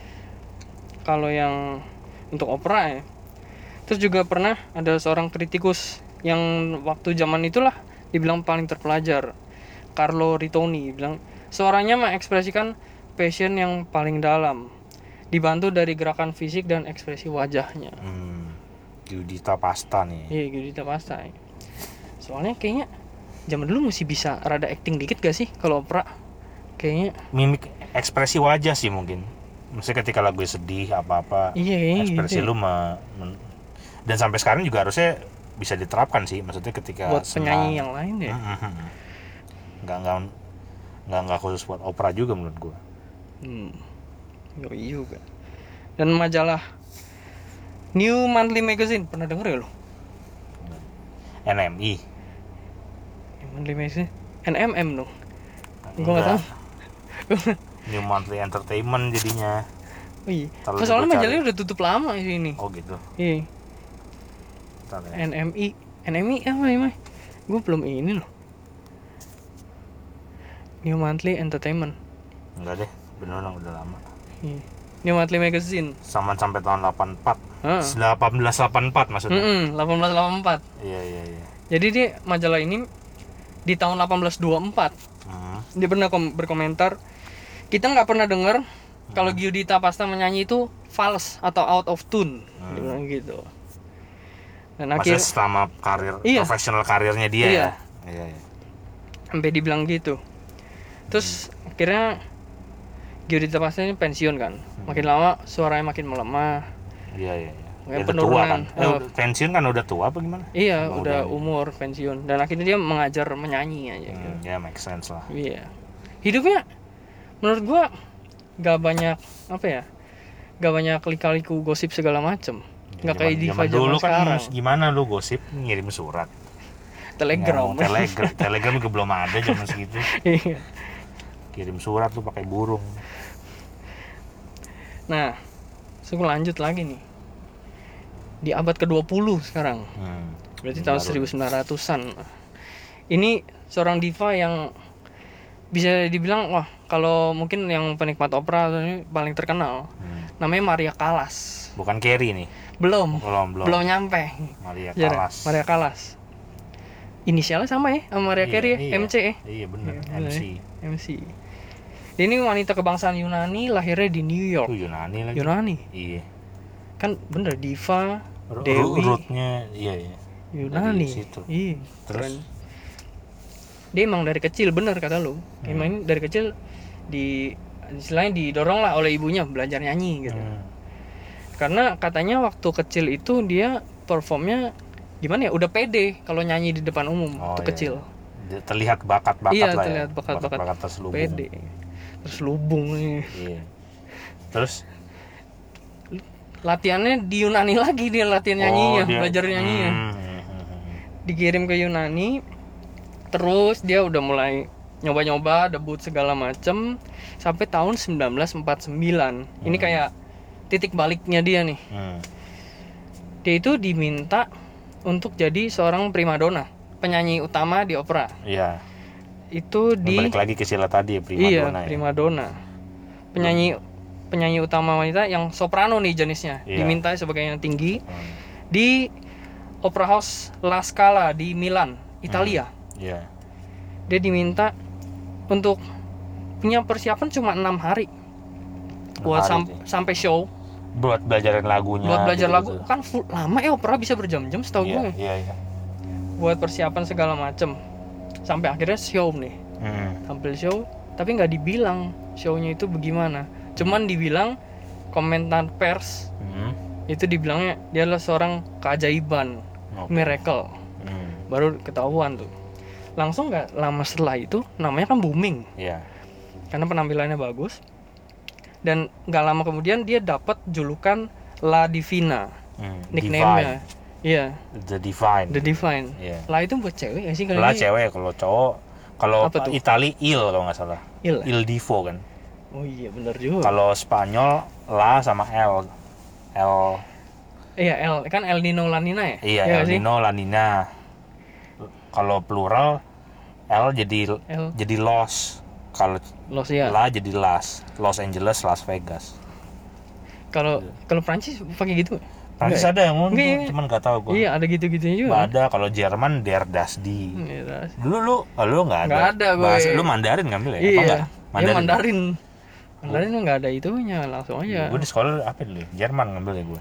Kalau yang untuk opera ya. Terus juga pernah ada seorang kritikus yang waktu zaman itulah dibilang paling terpelajar, Carlo Rittoni, bilang suaranya mengekspresikan passion yang paling dalam, dibantu dari gerakan fisik dan ekspresi wajahnya. Hmm. Gyudita Pasta nih. Iya, Gyudita Pasta. Soalnya kayaknya zaman dulu masih bisa rada acting dikit gak sih kalau opera? Kayaknya mimik ekspresi wajah sih mungkin. Maksudnya ketika lagu sedih apa-apa, iya, ekspresi gitu. Lu me, me, dan sampai sekarang juga harusnya bisa diterapkan sih. Maksudnya ketika buat senang, penyanyi yang lain ya. Nggak nggak nggak nggak khusus buat opera juga menurut gua. Hmm, yoi juga. Dan majalah New Monthly Magazine pernah denger ya lo? N M I. New Monthly Magazine, N M M dong. Gua nggak tahu. New Monthly Entertainment jadinya. Oh iya. Soalnya majalahnya udah tutup lama ini. Oh gitu. Iya. Ya. N M I, N M I apa ya? Gue belum ini loh. New Monthly Entertainment. Enggak deh, beneran udah lama. Iya. New Monthly Magazine. Sama sampai tahun delapan puluh empat. Heeh. delapan belas delapan puluh empat maksudnya. Heeh, delapan belas delapan puluh empat. Iya iya iya. Jadi dia majalah ini di tahun delapan belas dua puluh empat. Hmm. Dia pernah kom- berkomentar, kita nggak pernah dengar hmm. kalau Giuditta Pasta menyanyi itu false atau out of tune. Hmm. Dia bilang gitu. Dan Maksudnya akhir selama karir iya. profesional karirnya dia iya. ya. Iya, iya. Sampai dibilang gitu. Terus hmm. akhirnya Giuditta Pasta ini pensiun kan. Hmm. Makin lama suaranya makin melemah. Iya, iya, iya. Ya, udah tua kan. Eh, uh, pensiun kan udah tua apa gimana? Iya, Emang udah, udah umur pensiun dan akhirnya dia mengajar menyanyi aja hmm, gitu. Ya make sense lah. Iya. Hidupnya menurut gua gak banyak apa ya? Gak banyak lika-liku gosip segala macem. Ya, Gak kayak diva zaman dulu sekarang. Kan gimana lu gosip ngirim surat. Telegram. Ngomong telegram, telegram juga belum ada zaman segitu. Iya. Kirim surat tuh pakai burung. Nah, saya lanjut lagi nih. Di abad ke dua puluh sekarang. Hmm, berarti tahun seribu sembilan ratusan. Ini seorang diva yang bisa dibilang wah, kalau mungkin yang penikmat opera ini paling terkenal. Hmm. Namanya Maria Callas. Bukan Carey nih. Belum. Belum, belum. Belum nyampe. Maria Callas. Ya, Maria Callas. Inisialnya sama ya sama Maria iya, Carey ya, iya. M C ya. Iya benar, ya, M C. M C. Dia ini wanita kebangsaan Yunani, lahirnya di New York. Oh, Yunani lagi. Yunani. Iya. Kan bener diva, R- Dewi. Rootnya iya iya. Yunani. Iya. Terus dia emang dari kecil bener kata lu. Hmm. Emang dari kecil di istilahnya didorong lah oleh ibunya belajar nyanyi gitu. Hmm. Karena katanya waktu kecil itu dia performnya gimana ya? Udah pede kalau nyanyi di depan umum oh, waktu iya. kecil. Terlihat bakat-bakat iya, lah terlihat ya. bakat-bakat, bakat terselubung. Pede. Terselubung nih. Iya. Terus latihannya di Yunani lagi dia latihan nyanyinya, oh, dia, belajar nyanyinya. Hmm. Dikirim ke Yunani. Terus dia udah mulai nyoba-nyoba debut segala macem sampai tahun sembilan belas empat puluh sembilan. Hmm. Ini kayak titik baliknya dia nih. Hmm. Dia itu diminta untuk jadi seorang primadona, penyanyi utama di opera. Iya. Itu di balik lagi ke sila tadi ya, primadona. Iya, ya. primadona. Penyanyi hmm. penyanyi utama wanita yang soprano nih jenisnya. Iya. Diminta sebagai yang tinggi hmm. di Opera House La Scala di Milan, Italia. Hmm. Iya. Dia diminta untuk punya persiapan cuma enam hari buat sam- sampai show. Buat belajarin lagunya. Buat belajar gitu, lagu kan full, lama ya opera bisa berjam-jam setahu iya, gue. Iya, iya. Buat persiapan segala macem sampai akhirnya show nih. Hmm. Tampil show, tapi nggak dibilang show-nya itu bagaimana. Cuman dibilang komentar pers hmm. itu dibilangnya dia adalah seorang keajaiban, okay. miracle. Hmm. Baru ketahuan tuh. Langsung nggak lama setelah itu namanya kan booming. Yeah. Karena penampilannya bagus. Dan nggak lama kemudian dia dapat julukan La Divina, hmm, nickname-nya. Iya. The Divine. The Divine. Yeah. La itu buat cewek nggak sih kalau La ini? Cewek, kalau cowok, kalau Itali Il kalau nggak salah. Il. Il Divo kan. Oh iya benar juga. Kalau Spanyol La sama L. L. Iya L kan El Nino La Nina ya? Iya ya, El Nino La Nina. Kalau plural L jadi L. jadi Los. Kalau Los ya. La jadi Las, Los Angeles, Las Vegas. Kalau kalau Prancis pakai gitu? Prancis enggak, ada yang ngomong, enggak, cuman nggak tahu gue. Iya ada gitu-gitunya juga. Ada. Kalau Jerman Der Das Die. Iya, dulu lu, oh, lu nggak ada. Nggak ada gue. Bahasa, lu Mandarin ngambil ya? Iya. Apa enggak? Mandarin. Ya, Mandarin. Mandarin oh. nggak ada itunya, langsung aja. Gue di sekolah apa dulu? Jerman ngambil ya gue.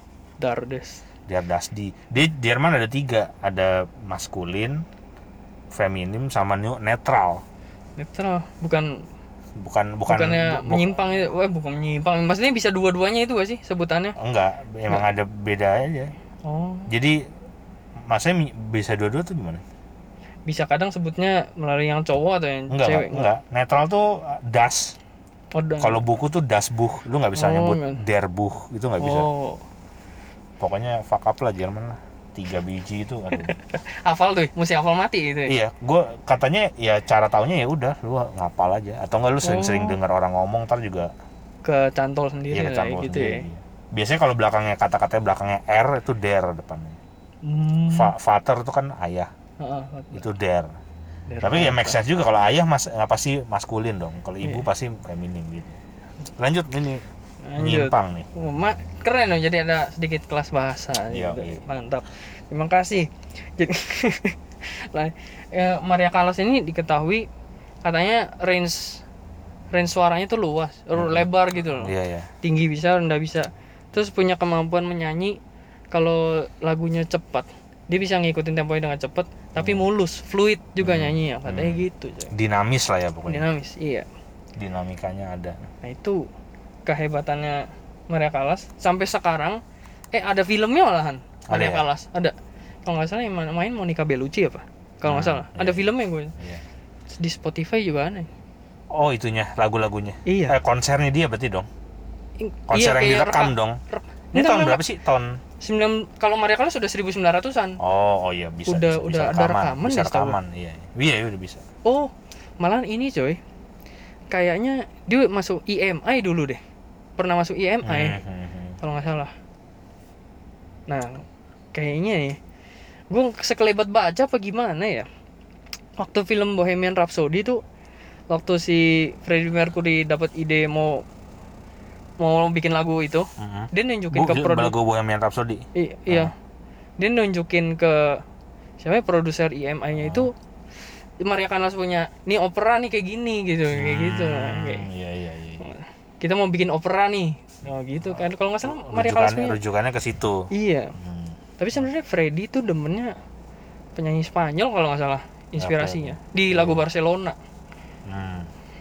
Dardes. Der Das Die. Di Jerman ada tiga, ada maskulin, feminim, sama netral. Netral, bukan bukan bukan bukannya bu, menyimpang itu, wah bukan menyimpang. Maksudnya bisa dua-duanya itu gak sih sebutannya? Enggak, emang enggak. Ada beda aja. Oh. Jadi maksudnya bisa dua-dua tuh gimana? Bisa kadang sebutnya melalui yang cowok atau yang enggak, cewek? Enggak, enggak. Netral tuh das. Oh, kalau buku tuh das Buch, lu nggak bisa oh, nyebut enggak. Der Buch, itu nggak bisa. Oh. Pokoknya fuck up lah Jerman lah. Tiga biji itu kan. Hafal tuh, mesti hafal mati itu ya? Iya, gue katanya ya cara taunya ya udah lu ngapal aja, atau enggak lu sering-sering oh. dengar orang ngomong ntar juga kecantol sendiri iya, lah gitu sendiri. Ya. Biasanya kalau belakangnya kata-katanya belakangnya R itu der depannya. Hmm. Fa- Vater itu kan ayah. Uh, itu der. der. Tapi ya make sense juga kalau ayah mas nggak pasti maskulin dong, kalau ibu yeah. pasti feminim gitu. Lanjut ini. Nyimpang nih. Oh, ma- keren loh, jadi ada sedikit kelas bahasa. Iya, gitu. Iya. Mantap. Terima kasih. Jadi Lah, ya, Maria Callas ini diketahui katanya range range suaranya tuh luas, hmm. lebar gitu loh. Iya, iya. Tinggi bisa, rendah bisa. Terus punya kemampuan menyanyi kalau lagunya cepat. Dia bisa ngikutin temponya dengan cepat, hmm. tapi mulus, fluid juga hmm. nyanyi ya, katanya hmm. gitu. Coy. Dinamis lah ya pokoknya. Dinamis, iya. Dinamikanya ada. Nah, itu kehebatannya Maria Callas sampai sekarang. Eh, ada filmnya malahan. Maria Callas, ada. Kalau nggak salah yang main Monica Bellucci apa? Kalau nggak hmm, salah, iya. ada filmnya gue. Iya. Di Spotify juga ada. Oh, itunya, lagu-lagunya. Iya. Eh, konsernya dia berarti dong. Konser iya, yang direkam reka, dong. Reka, ini tahun berapa sih? Tahun sembilan kalau Maria Callas sudah seribu sembilan ratusan. Oh, oh iya bisa. Udah bisa, udah bisa ada rekaman, rekaman bisa ya, rekaman. Iya, iya, iya udah bisa. Oh, malahan ini coy. Kayaknya dia masuk I M I dulu deh. Pernah masuk I M I. Hmm, hmm, hmm. Kalau nggak salah. Nah, kayaknya nih gue sekelebat baca apa gimana ya, waktu film Bohemian Rhapsody tuh, waktu si Freddie Mercury dapat ide mau mau bikin lagu itu, uh-huh. dia nunjukin Bu, ke produser lagu Bohemian Rhapsody. I- iya, uh. dia nunjukin ke siapa produser I M I-nya uh. itu, Maria Callas punya nih opera nih kayak gini gitu, hmm, kayak gitu. Kayak, iya iya iya. Kita mau bikin opera nih. Oh gitu kan, kalau nggak salah Maria Callas punya rujukannya ke situ. Iya. Hmm. Tapi sebenarnya Freddie tuh demennya penyanyi Spanyol kalau nggak salah, inspirasinya okay. di lagu Barcelona. Hmm.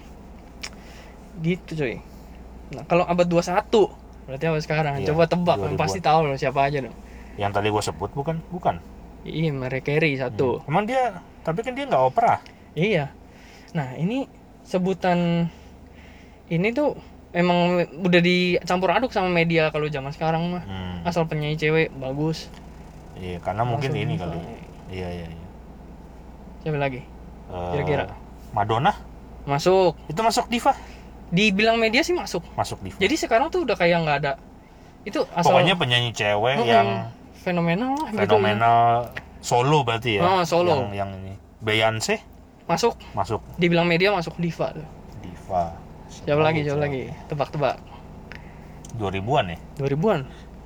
Gitu coy. Nah kalau abad dua puluh satu berarti abad sekarang. Iya, coba tebak, pasti tahu loh siapa aja dong. Yang tadi gua sebut bukan? Bukan. Iya, Mariah Carey satu. Hmm. Emang dia, tapi kan dia nggak opera. Iya. Nah ini sebutan ini tuh emang udah dicampur aduk sama media kalau zaman sekarang mah. Hmm. Asal penyanyi cewek bagus. Iya, karena Langsung mungkin ini kali. Iya, iya, iya. Siapa lagi? Uh, Kira-kira. Madonna? Masuk. Itu masuk diva? Dibilang media sih masuk. Masuk diva. Jadi sekarang tuh udah kayak nggak ada. Itu asal. Pokoknya penyanyi cewek hmm, yang fenomenal lah. Fenomenal gitu. Solo berarti ya. Oh, solo. Yang, yang ini. Beyonce? Masuk. Masuk. Dibilang media masuk diva tuh. Diva. Siapa lagi, siapa lagi? Tebak-tebak. dua ribuan ya? dua ribuan.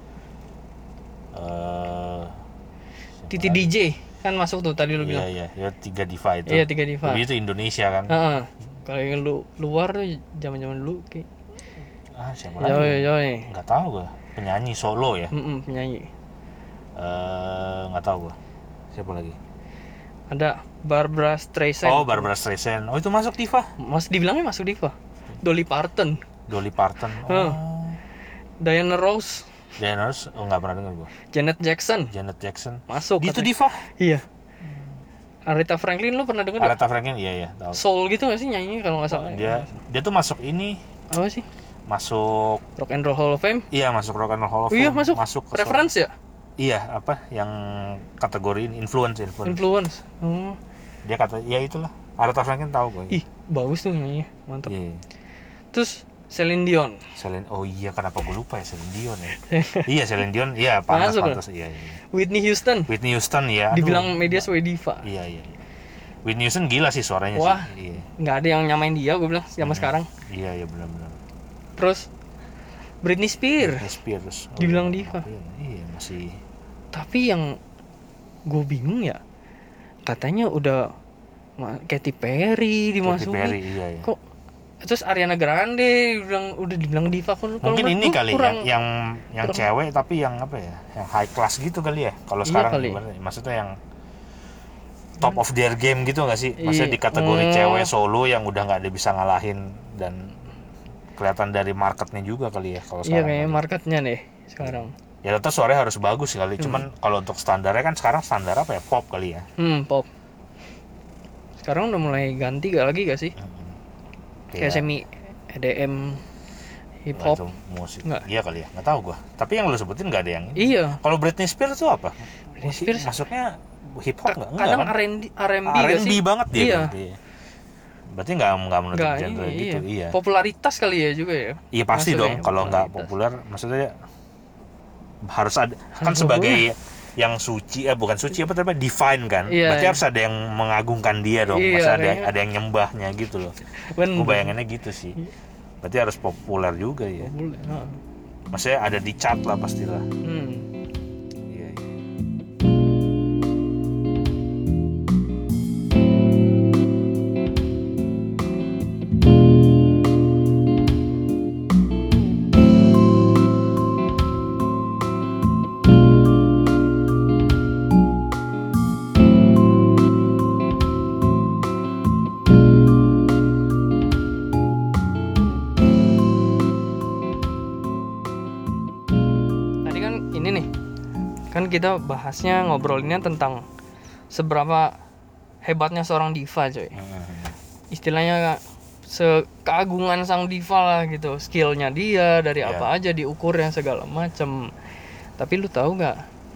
Uh, Titi D J kan masuk tuh tadi lu iya, bilang. Iya, iya, tiga diva itu. Iya, tiga diva. Tapi itu Indonesia kan. Heeh. Kalau yang lu luar tuh zaman-zaman dulu kayak ah, siapa lagi? Jauh, jauh nih. Enggak tahu gua. Penyanyi solo ya? Heeh, penyanyi. Eh, uh, enggak tahu gua. Siapa lagi? Ada Barbra Streisand. Oh, Barbra Streisand. Oh, itu masuk diva? Mas dibilangnya masuk diva. Dolly Parton. Dolly Parton. Oh. Diana Ross. Diana Ross, oh nggak pernah dengar gua. Janet Jackson. Janet Jackson. Masuk. Itu diva? Iya. Aretha Franklin lu pernah dengar? Aretha Franklin, iya iya. Tahu. Soul gitu nggak sih nyanyinya kalau nggak salah? Dia dia tuh masuk ini. Apa sih? Masuk Rock and Roll Hall of Fame. Iya, masuk Rock and Roll Hall of Fame. Iya, masuk. Masuk. Reference ya? Iya, apa yang kategori ini influence influence. Influence. Oh. Dia kata, ya itulah. Aretha Franklin tahu gue. Ih, bagus tuh nyanyinya. Mantap. Iya. Terus Celine Dion. Celine, oh iya, kenapa gue lupa ya Celine Dion ya? Iya, Celine Dion, iya pantas pantas, iya, iya. Whitney Houston. Whitney Houston ya. Dibilang media sebagai diva. Iya iya. Whitney Houston gila sih suaranya. Wah, sih. Iya. Nggak ada yang nyamain dia, gue bilang zaman hmm. sekarang. Iya iya benar-benar. Terus Britney Spears. Britney Spears. Oh, dibilang diva. Iya, iya masih. Tapi yang gue bingung ya, katanya udah Katy Perry dimasukin. Katy Perry, iya, iya. Kok terus Ariana Grande bilang udah dibilang diva kan. Mungkin ini kali kurang, ya, yang yang kurang, cewek tapi yang apa ya, yang high class gitu kali ya. Kalau iya sekarang gimana? Maksudnya yang top of their game gitu nggak sih? Maksudnya di kategori hmm. cewek solo yang udah nggak ada bisa ngalahin dan kelihatan dari marketnya juga kali ya kalau sekarang. Iya kayaknya marketnya nih sekarang. Ya tetap suaranya harus bagus kali. Hmm. Cuman kalau untuk standarnya kan sekarang standar apa ya, pop kali ya. Hmm pop. Sekarang udah mulai ganti gak lagi gak sih? Hmm. Kayak semi E D M hip hop musik nggak? Iya kali ya, nggak tahu gua. Tapi yang lu sebutin nggak ada yang ini. Iya. Kalau Britney Spears itu apa? Britney Spears masuknya hip hop nggak? Kadang kan? R and B R and B, R and B banget dia. Iya. Berarti, berarti nggak nggak menutup nggak, genre iya, gitu. Iya. Popularitas kali ya juga ya. Iya pasti maksudnya, dong. Kalau nggak populer, maksudnya harus ada harus kan sebagai populer. Yang suci, eh bukan suci apa tapi divine kan, iya, berarti iya. harus ada yang mengagungkan dia dong, iya, masa ada ada yang nyembahnya gitu loh. Gue bayangannya gitu sih, berarti harus populer juga ya. Populer, nah. Maksudnya ada di chart lah pastilah. Hmm. Iya, iya. kan kita bahasnya ngobrolinnya tentang seberapa hebatnya seorang diva coy. Istilahnya sekeagungan sang diva lah gitu, skillnya dia dari yeah. apa aja diukurnya segala macam. Tapi lu tahu nggak,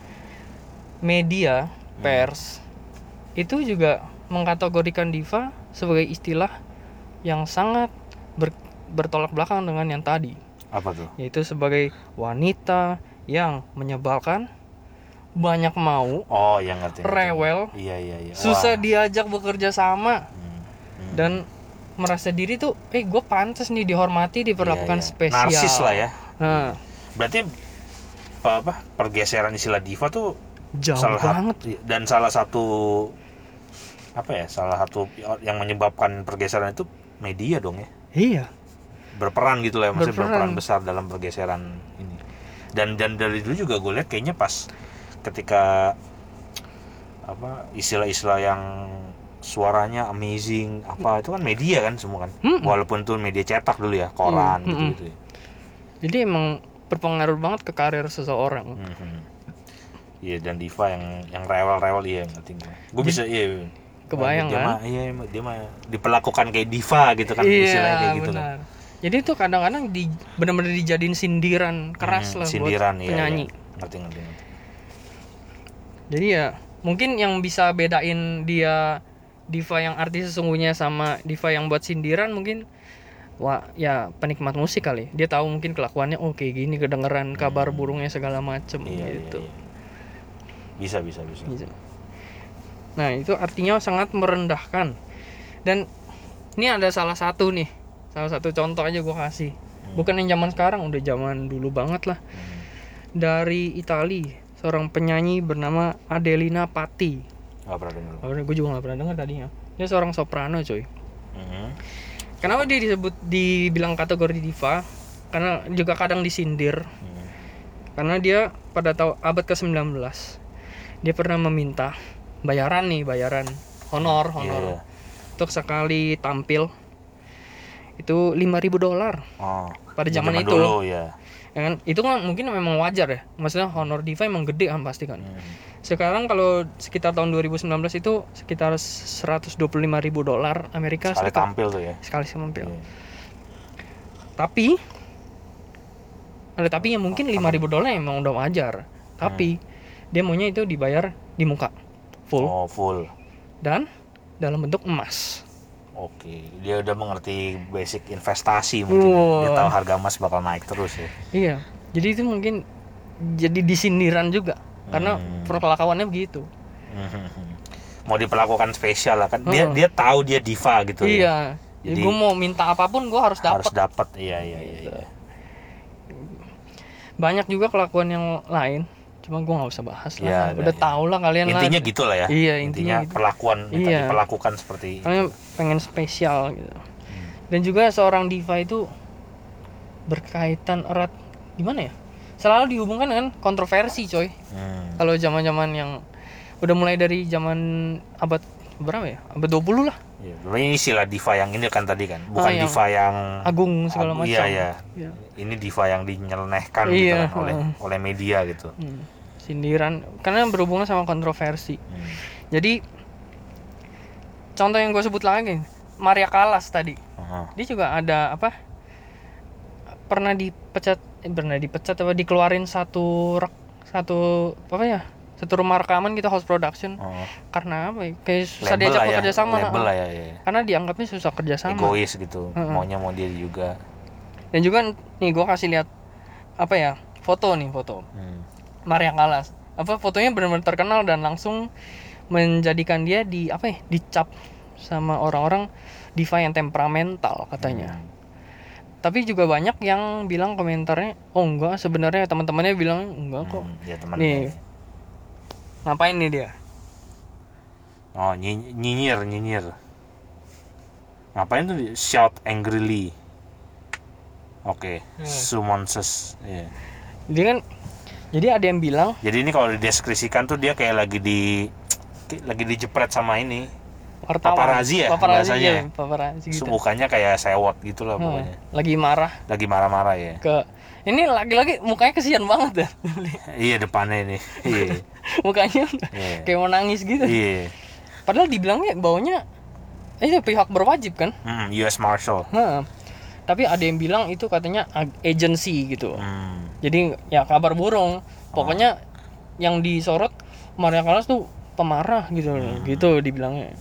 media pers hmm. itu juga mengkategorikan diva sebagai istilah yang sangat ber, bertolak belakang dengan yang tadi. Apa tuh? Yaitu sebagai wanita yang menyebalkan, banyak mau, oh yang ngerti, rewel, iya iya iya, susah diajak bekerja sama, hmm. Hmm. dan merasa diri tuh, eh gue pantas nih dihormati, diperlakukan iya, iya. spesial. Narsis lah ya. Nah. Berarti apa, apa pergeseran istilah diva tuh jauh salah banget. Hat, dan salah satu apa ya, salah satu yang menyebabkan pergeseran itu media dong ya. Iya. Berperan gitu lah, maksudnya berperan. berperan besar dalam pergeseran ini. Dan dan dari dulu juga gue lihat kayaknya pas ketika apa istilah-istilah yang suaranya amazing apa itu kan media kan semua kan, hmm. walaupun tuh media cetak dulu ya, koran hmm. gitu gitu ya. Jadi emang berpengaruh banget ke karir seseorang. Iya hmm. dan diva yang yang rewel-rewel iya ngerti gue. Gue bisa iya kebayang dia kan? Mah, iya dia mah diperlakukan kayak diva gitu kan, iya, istilahnya kayak gitu benar. kan. Jadi itu kadang-kadang di benar-benar dijadiin sindiran keras hmm, lah sindiran, buat penyanyi. Iya, iya. Ngerti ngerti ngerti. Jadi ya mungkin yang bisa bedain dia diva yang arti sesungguhnya sama diva yang buat sindiran mungkin wah ya penikmat musik kali. Dia tahu mungkin kelakuannya oh kayak gini, kedengeran kabar hmm. burungnya segala macem iya, gitu. Iya, iya. Bisa bisa bisa. bisa. Nah, itu artinya sangat merendahkan. Dan ini ada salah satu nih. Salah satu contoh aja gue kasih. Hmm. Bukan yang zaman sekarang, udah zaman dulu banget lah. Hmm. Dari Italia, seorang penyanyi bernama Adelina Patti. Gak pernah denger. Oh, gue juga gak pernah denger tadinya. Dia seorang soprano coy. Mm-hmm. Kenapa dia disebut dibilang kategori diva? Karena juga kadang disindir. Mm-hmm. Karena dia pada tahun abad ke sembilan belas dia pernah meminta bayaran nih, bayaran honor, honor. Yeah. Untuk sekali tampil itu lima ribu dolar. Oh, pada zaman, zaman itu. Dulu, ya. Ya kan? Itu kan mungkin memang wajar ya. Maksudnya honor diva emang gede kan pasti kan. Hmm. Sekarang kalau sekitar tahun dua ribu sembilan belas itu sekitar seratus dua puluh lima ribu dolar Amerika sekali sekitar, tampil tuh ya. Sekali tampil. Yeah. Tapi ada tapi yang mungkin lima ribu dolar emang udah wajar. Tapi hmm. dia maunya itu dibayar di muka. Full. Oh, full. Dan dalam bentuk emas. Oke, dia udah mengerti basic investasi mungkin. Wow. Dia tahu harga emas bakal naik terus ya. Iya. Jadi itu mungkin jadi disindiran juga karena hmm. perlakuannya begitu. Hmm. Mau diperlakukan spesial lah kan. Dia hmm. dia tahu dia diva gitu iya. ya. Jadi gue mau minta apapun gue harus dapat. Harus dapat. Iya iya iya. Gitu. Iya. Banyak juga kelakuan yang lain. Cuma gue nggak usah bahas lah. Ya, udah ya. Tau lah kalian intinya lah. Intinya gitu lah ya. Iya intinya, intinya gitu. Perlakuan iya. diperlakukan seperti. Karena pengen spesial gitu. Hmm. Dan juga seorang diva itu berkaitan erat gimana ya? Selalu dihubungkan dengan kontroversi coy. Hmm. Kalau zaman-zaman yang udah mulai dari zaman abad berapa ya? Abad dua puluh lah. Iya, ini istilah diva yang ini kan tadi kan, bukan ah, yang diva yang agung segala macam. Iya, iya. Ya. Ini diva yang dinyelenehkan iya, gitu kan uh. oleh oleh media gitu. Hmm. Sindiran karena berhubungan sama kontroversi. Hmm. Jadi contoh yang gue sebut lagi, Maria Callas tadi. Uh-huh. Dia juga ada apa? Pernah dipecat, eh, pernah dipecat apa dikeluarin satu satu apa ya? Satu rumah rekaman gitu, house production. Oh. Karena apa ya? Kayak susah diajak ya, kerja sama. Label lah ya, ya. Karena dianggapnya susah kerja sama. Egois gitu. Uh-huh. Maunya mau dia juga. Dan juga nih gue kasih lihat apa ya? Foto nih, foto. Hmm. Maria Callas. Apa fotonya benar-benar terkenal dan langsung menjadikan dia di apa ya? Dicap sama orang-orang diva yang temperamental katanya. Hmm. Tapi juga banyak yang bilang komentarnya, "Oh enggak, sebenarnya teman-temannya bilang enggak kok." Hmm, ya teman-teman. Nih. Ngapain nih dia? Oh, ny- nyinyir, nyinyir. Ngapain tuh? Shout angrily. Oke, okay. hmm. Summonses. Iya. Yeah. Dia kan, jadi ada yang bilang. Jadi ini kalau dideskripsikan tuh dia kayak lagi di, lagi dijepret sama ini. wartawan. Paparazi ya Paparazi bahasanya. ya, paparazi gitu. Mukanya kayak sewot gitu lah pokoknya. Hmm, lagi marah. Lagi marah-marah ya. Ke ini lagi-lagi mukanya kesian banget ya. Iya depannya ini. Iya. Mukanya Iya. kayak mau nangis gitu. Iya. Padahal dibilangnya baunya ini pihak berwajib kan. Hmm, U S Marshal. Nah, tapi ada yang bilang itu katanya ag- agency gitu. Hmm. Jadi ya kabar burung. Pokoknya yang disorot Maria Callas tuh pemarah gitu, Hmm. gitu dibilangnya.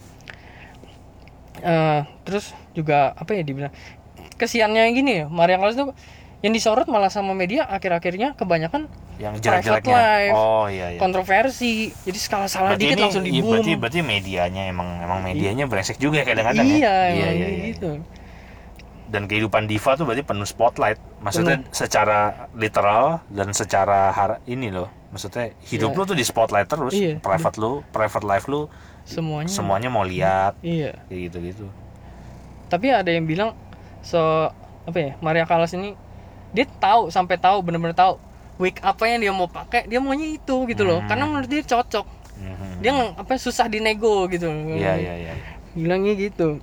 Uh, terus juga apa ya dibilang kesiannya gini ya, Maria Callas tuh yang disorot malah sama media akhir-akhirnya kebanyakan Yang private jelek-jeleknya. life, Oh iya iya. kontroversi. Jadi sekali salah Berarti dikit ini- langsung iya, dibunuh. berarti berarti medianya emang emang medianya brengsek juga ya kadang-kadang Iya, ya. emang Iya iya iya. gitu. Dan kehidupan diva tuh berarti penuh spotlight. Maksudnya secara literal dan secara har- ini loh. Maksudnya hidup Iya. lu tuh di spotlight terus. Iya. Private lu, private life lu Semuanya. semuanya mau lihat. Iya. Kayak gitu-gitu. Tapi ada yang bilang so apa ya, Maria Callas ini dia tahu sampai tahu benar-benar tahu wig apa yang dia mau pakai, dia maunya itu gitu loh. Hmm. Karena menurut dia cocok. Mhm. Dia nggak apa susah dinego gitu. Iya iya iya. Bilangnya gitu.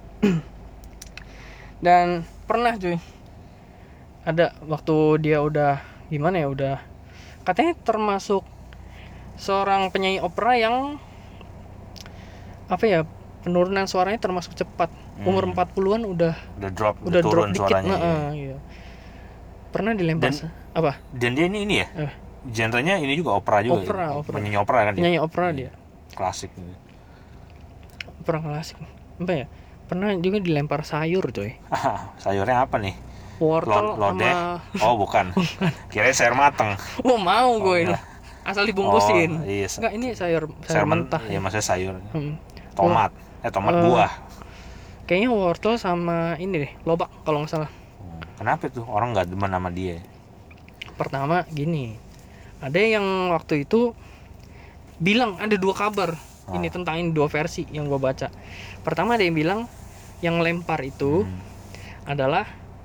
Dan pernah cuy, ada waktu dia udah gimana ya, udah katanya termasuk seorang penyanyi opera yang apa ya, penurunan suaranya termasuk cepat. Umur Hmm. empat puluhan udah Udah drop, udah, udah turun drop dikit. suaranya. Nah, iya. ah, iya. Pernah dilempar Dan- sa- apa? Dan dia ini ini ya. Eh. Genrenya ini juga opera juga. Opera, ya? opera. Penyanyi opera kan dia. Penyanyi opera dia. Klasik gitu. Opera klasik. Apa ya? Pernah juga dilempar sayur coy. Ah, sayurnya apa nih? Wortel Lo- lodeh? sama Oh bukan. Kirain sayur mateng. oh mau gue ini. enggak. Asal dibungkusin. Oh, iya. Enggak, ini sayur sayur, Sayur mentah. Iya maksudnya sayur. Hmm. Tomat. Eh tomat Eh. buah. Kayaknya wortel sama ini deh, lobak kalau nggak salah. Hmm, Kenapa tuh orang nggak demen sama dia? Pertama gini, ada yang waktu itu bilang ada dua kabar Ah. ini tentang ini, dua versi yang gue baca. Pertama ada yang bilang yang lempar itu Hmm. adalah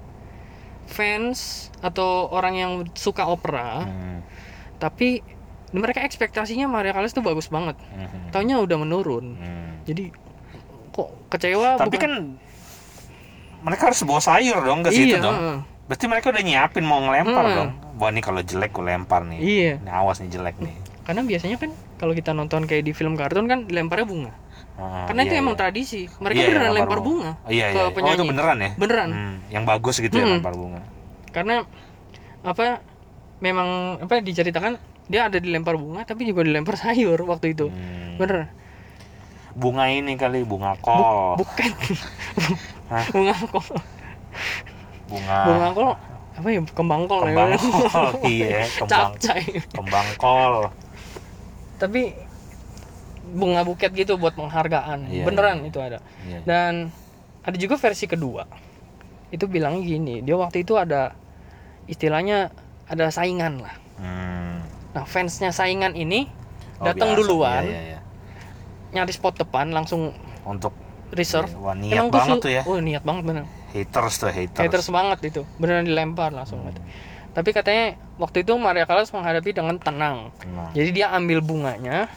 fans atau orang yang suka opera, Hmm. tapi mereka ekspektasinya Maria Callas tuh bagus banget. Hmm. Taunya udah menurun. Hmm. Jadi kok kecewa. Tapi bukan- kan mereka harus bawa sayur dong ke situ iya, dong. heeh. Berarti mereka udah nyiapin mau ngelempar Hmm. dong. Wah nih kalau jelek gue lempar nih. Iya. Ini awas nih jelek nih. Karena biasanya kan kalau kita nonton kayak di film kartun kan dilemparnya bunga. Ah, Karena iya, itu emang iya. tradisi. Mereka Iya, iya, beneran lempar bunga, Oh, iya, ke iya. Oh penyanyi. itu beneran ya? Beneran. Hmm, yang bagus gitu ya Hmm. lempar bunga. Karena apa? Memang apa diceritakan dia ada dilempar bunga tapi juga dilempar sayur waktu itu. Hmm. Bener. Bunga ini kali bunga kol. Bukan. Hah? bunga kol. Bunga. Bunga kol apa ya? Kembang kol Kembang ya. kol. Iya, kembang. Capcay. Kembang kol. Tapi bunga buket gitu buat penghargaan. Iya, Beneran iya. itu ada. Iya. Dan ada juga versi kedua. Itu bilangnya gini, dia waktu itu ada istilahnya ada saingan lah. Hmm. Nah, fansnya saingan ini Oh, datang biasa. duluan, Iya, iya, iya. nyari spot depan langsung Untuk reserve. iya, wah, niat Emang tuh banget su- tuh ya. Oh, niat banget bener. Haters tuh haters. Haters banget itu. Beneran dilempar langsung. Hmm. Tapi katanya waktu itu Maria Callas menghadapi dengan tenang. Tenang. Jadi dia ambil bunganya,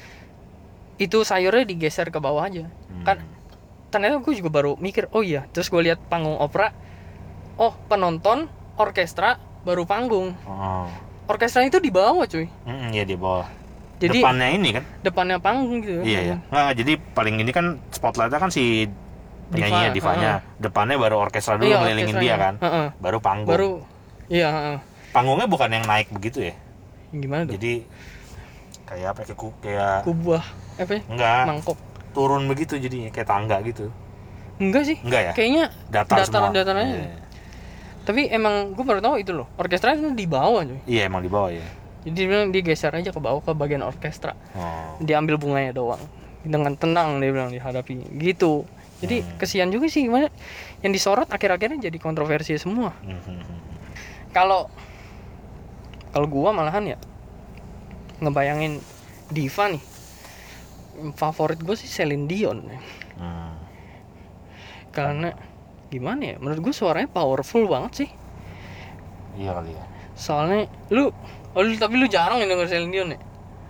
itu sayurnya digeser ke bawah aja. Hmm. Kan ternyata gue juga baru mikir, oh iya. Terus gue lihat panggung opera, oh penonton, orkestra, baru panggung. Oh. Orkestra itu di bawah cuy. Hmm, iya di bawah. Jadi Depannya ini kan? depannya panggung gitu. Iya ya. Nggak, jadi paling ini kan spotlightnya kan si penyanyinya, Diva, divanya. Depannya baru orkestra dulu Iya, ngelilingin dia kan. orkestranya. Heeh. Baru panggung. Baru, iya. heeh. Panggungnya bukan yang naik begitu ya. Gimana tuh? Jadi kayak apa kayak ku- kayak Kubah, apa ya? enggak Mangkok. turun begitu jadinya kayak tangga gitu. Enggak sih. Enggak ya? Kayaknya Datar semua. datar-datar aja. Iya. Tapi emang gue baru tahu itu loh. Orkestra itu di bawah cuy. Iya emang di bawah ya. Jadi dia bilang dia geser aja ke bawah ke bagian orkestra. Oh. Diambil bunganya doang. Dengan tenang dia bilang dihadapi gitu. Jadi Hmm. kesian juga sih gimana yang disorot akhir-akhirnya jadi kontroversi semua. Mhm. Kalau kalau gua malahan ya ngebayangin diva nih. Favorit gue sih Celine Dion. Hmm. Karena gimana ya? Menurut gue suaranya powerful banget sih. Iya kali ya. Soalnya lu, oh, lu tapi lu jarang ya denger Celine Dion ya? Enggak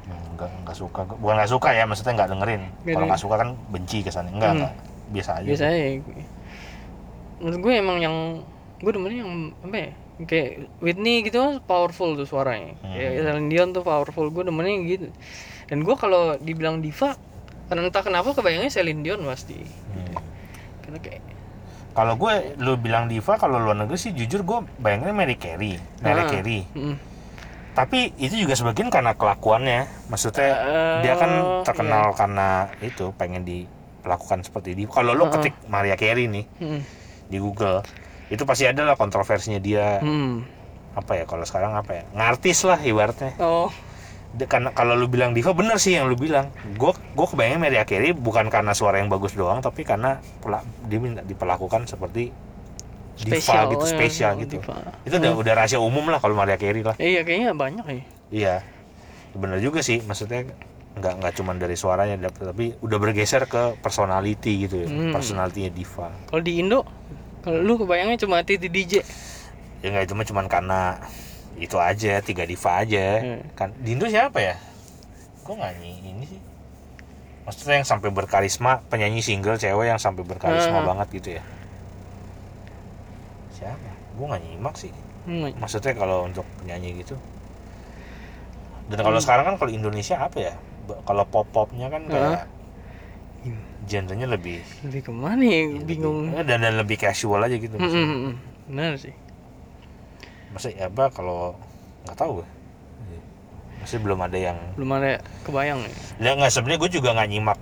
nggak nggak suka, bukan nggak suka ya, maksudnya nggak dengerin. Kalau nggak suka kan benci kesannya, enggak hmm. enggak biasa aja. Biasa aja. Menurut gue emang yang gue demennya yang apa ya, kayak Whitney gitu kan powerful tuh suaranya. Hmm. Kayak Celine Dion tuh powerful, gue demennya gitu. Dan gue kalau dibilang diva, karena entah kenapa kebayangnya Celine Dion pasti. Hmm. Karena kayak kalau gue lu bilang diva, kalau luar negeri sih jujur gue bayanginnya Mary Carey, Mary ah. Carey. Hmm. Tapi itu juga sebagian karena kelakuannya, maksudnya uh, dia kan terkenal yeah. karena itu pengen dilakukan seperti dia. Kalau lo uh, ketik Mariah Carey nih uh, di Google, itu pasti ada lah kontroversinya dia. Uh, apa ya kalau sekarang apa ya, ngartis lah ibaratnya. Oh. De, karena kalau lu bilang diva bener sih yang lu bilang. Gue gue kebayangnya Mariah Carey bukan karena suara yang bagus doang, tapi karena pula, dia minta diperlakukan seperti diva special, gitu, spesial ya, gitu. Diva. Itu udah hmm. udah rahasia umum lah kalau Mariah Carey lah. Iya kayaknya banyak ya. Iya, bener juga sih. Maksudnya nggak nggak cuma dari suaranya, tapi udah bergeser ke personality gitu ya, hmm. personalitinya diva. Kalau di Indo, kalau lu kebayangnya cuma Titi D J? Ya nggak, itu mah cuma karena itu aja, tiga diva aja. Hmm. Kan di Indo siapa ya? Kok nggak ini sih? Maksudnya yang sampai berkarisma, penyanyi single cewek yang sampai berkarisma hmm. banget gitu ya? Siapa? Gue nggak nyimak sih. Hmm. Maksudnya kalau untuk penyanyi gitu. Dan kalau hmm. sekarang kan kalau Indonesia apa ya? Kalau pop-popnya kan kayak uh. genrenya lebih lebih kemana ya? Bingung. Lebih, dan dan lebih casual aja gitu. Hmm, hmm, hmm. Benar sih. Maksudnya apa kalau nggak tahu gue. Masih belum ada yang belum ada kebayang ya. Ya nggak, sebenarnya gue juga nggak nyimak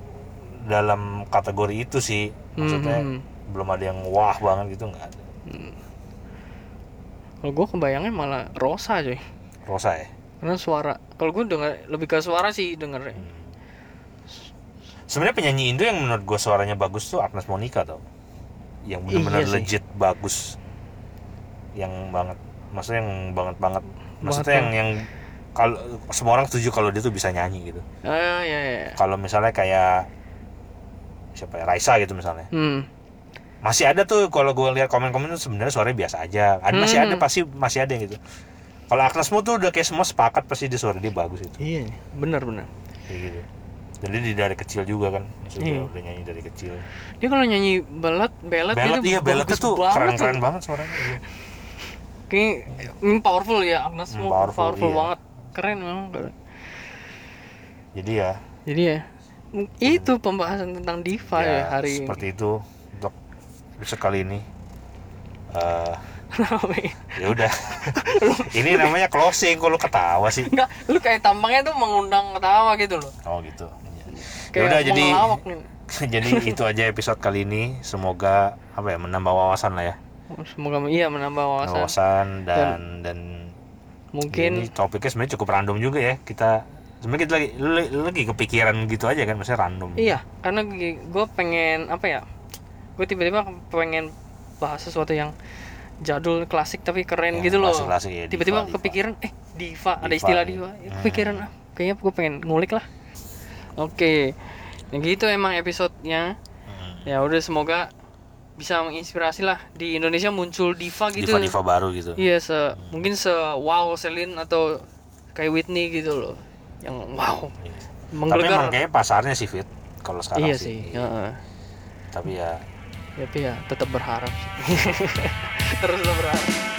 dalam kategori itu sih. Maksudnya hmm. belum ada yang wah banget gitu, nggak ada. Hmm. Kalau gue kebayangnya malah Rosa coy. Rosa ya? Karena suara. Kalau gue denger lebih ke suara sih dengernya. Hmm. Sebenarnya penyanyi Indo yang menurut gue suaranya bagus tuh Agnes Monica tau. Yang benar-benar iya legit bagus. Yang banget. Maksudnya yang banget banget. Maksudnya yang yang kalau semua orang setuju kalau dia tuh bisa nyanyi gitu. Ah iya iya. Kalau misalnya kayak siapa ya, Raisa gitu misalnya. Hmm. Masih ada tuh kalau gue lihat komen-komen tuh sebenarnya suaranya biasa aja. Ada hmm. masih ada pasti masih ada yang gitu. Kalau Agnesmo tuh udah kayak semua sepakat pasti dia suara dia bagus itu. Iya, benar-benar. Kayak gitu. Jadi dia dari kecil juga kan, maksudnya iya. udah nyanyi dari kecil. Dia kalau nyanyi ballad, ballad, ballad gitu iya, balladnya tuh keren-keren banget suaranya. Iya. Kayak ini powerful ya, Agnesmo powerful, powerful iya. banget. Keren memang. Jadi ya. Jadi ya. Itu pembahasan tentang diva ya, ya hari ini. Seperti itu untuk episode kali ini. Uh, ya udah. Ini namanya closing, kok lu ketawa sih? Enggak, lu kayak tampangnya tuh mengundang ketawa gitu loh. Oh gitu. Ya udah, jadi jadi itu aja episode kali ini. Semoga apa ya, menambah wawasan lah ya. Semoga iya menambah wawasan. Wawasan dan dan, dan mungkin ini topiknya sebenarnya cukup random juga ya. Kita sebenarnya kita lagi lagi kepikiran gitu aja kan, maksudnya random. Iya, karena gue pengen apa ya? Gue tiba-tiba pengen bahas sesuatu yang jadul, klasik tapi keren ya, gitu loh. Klasik, ya, tiba-tiba diva, kepikiran diva. eh diva, diva ada istilah diva. Ya, kepikiran ah, kayaknya gue pengen ngulik lah. Oke. Yang gitu emang episodenya. Hmm. Ya udah, semoga bisa menginspirasi lah di Indonesia muncul diva gitu. Diva-diva baru gitu. Iya, se hmm. mungkin se wow Celine atau kayak Whitney gitu loh. Yang wow. Iya. Tapi emang kayaknya pasarnya sih Fit kalau sekarang iya sih. Iya sih. Uh. Tapi ya Tapi ya tetap berharap. Terus berharap.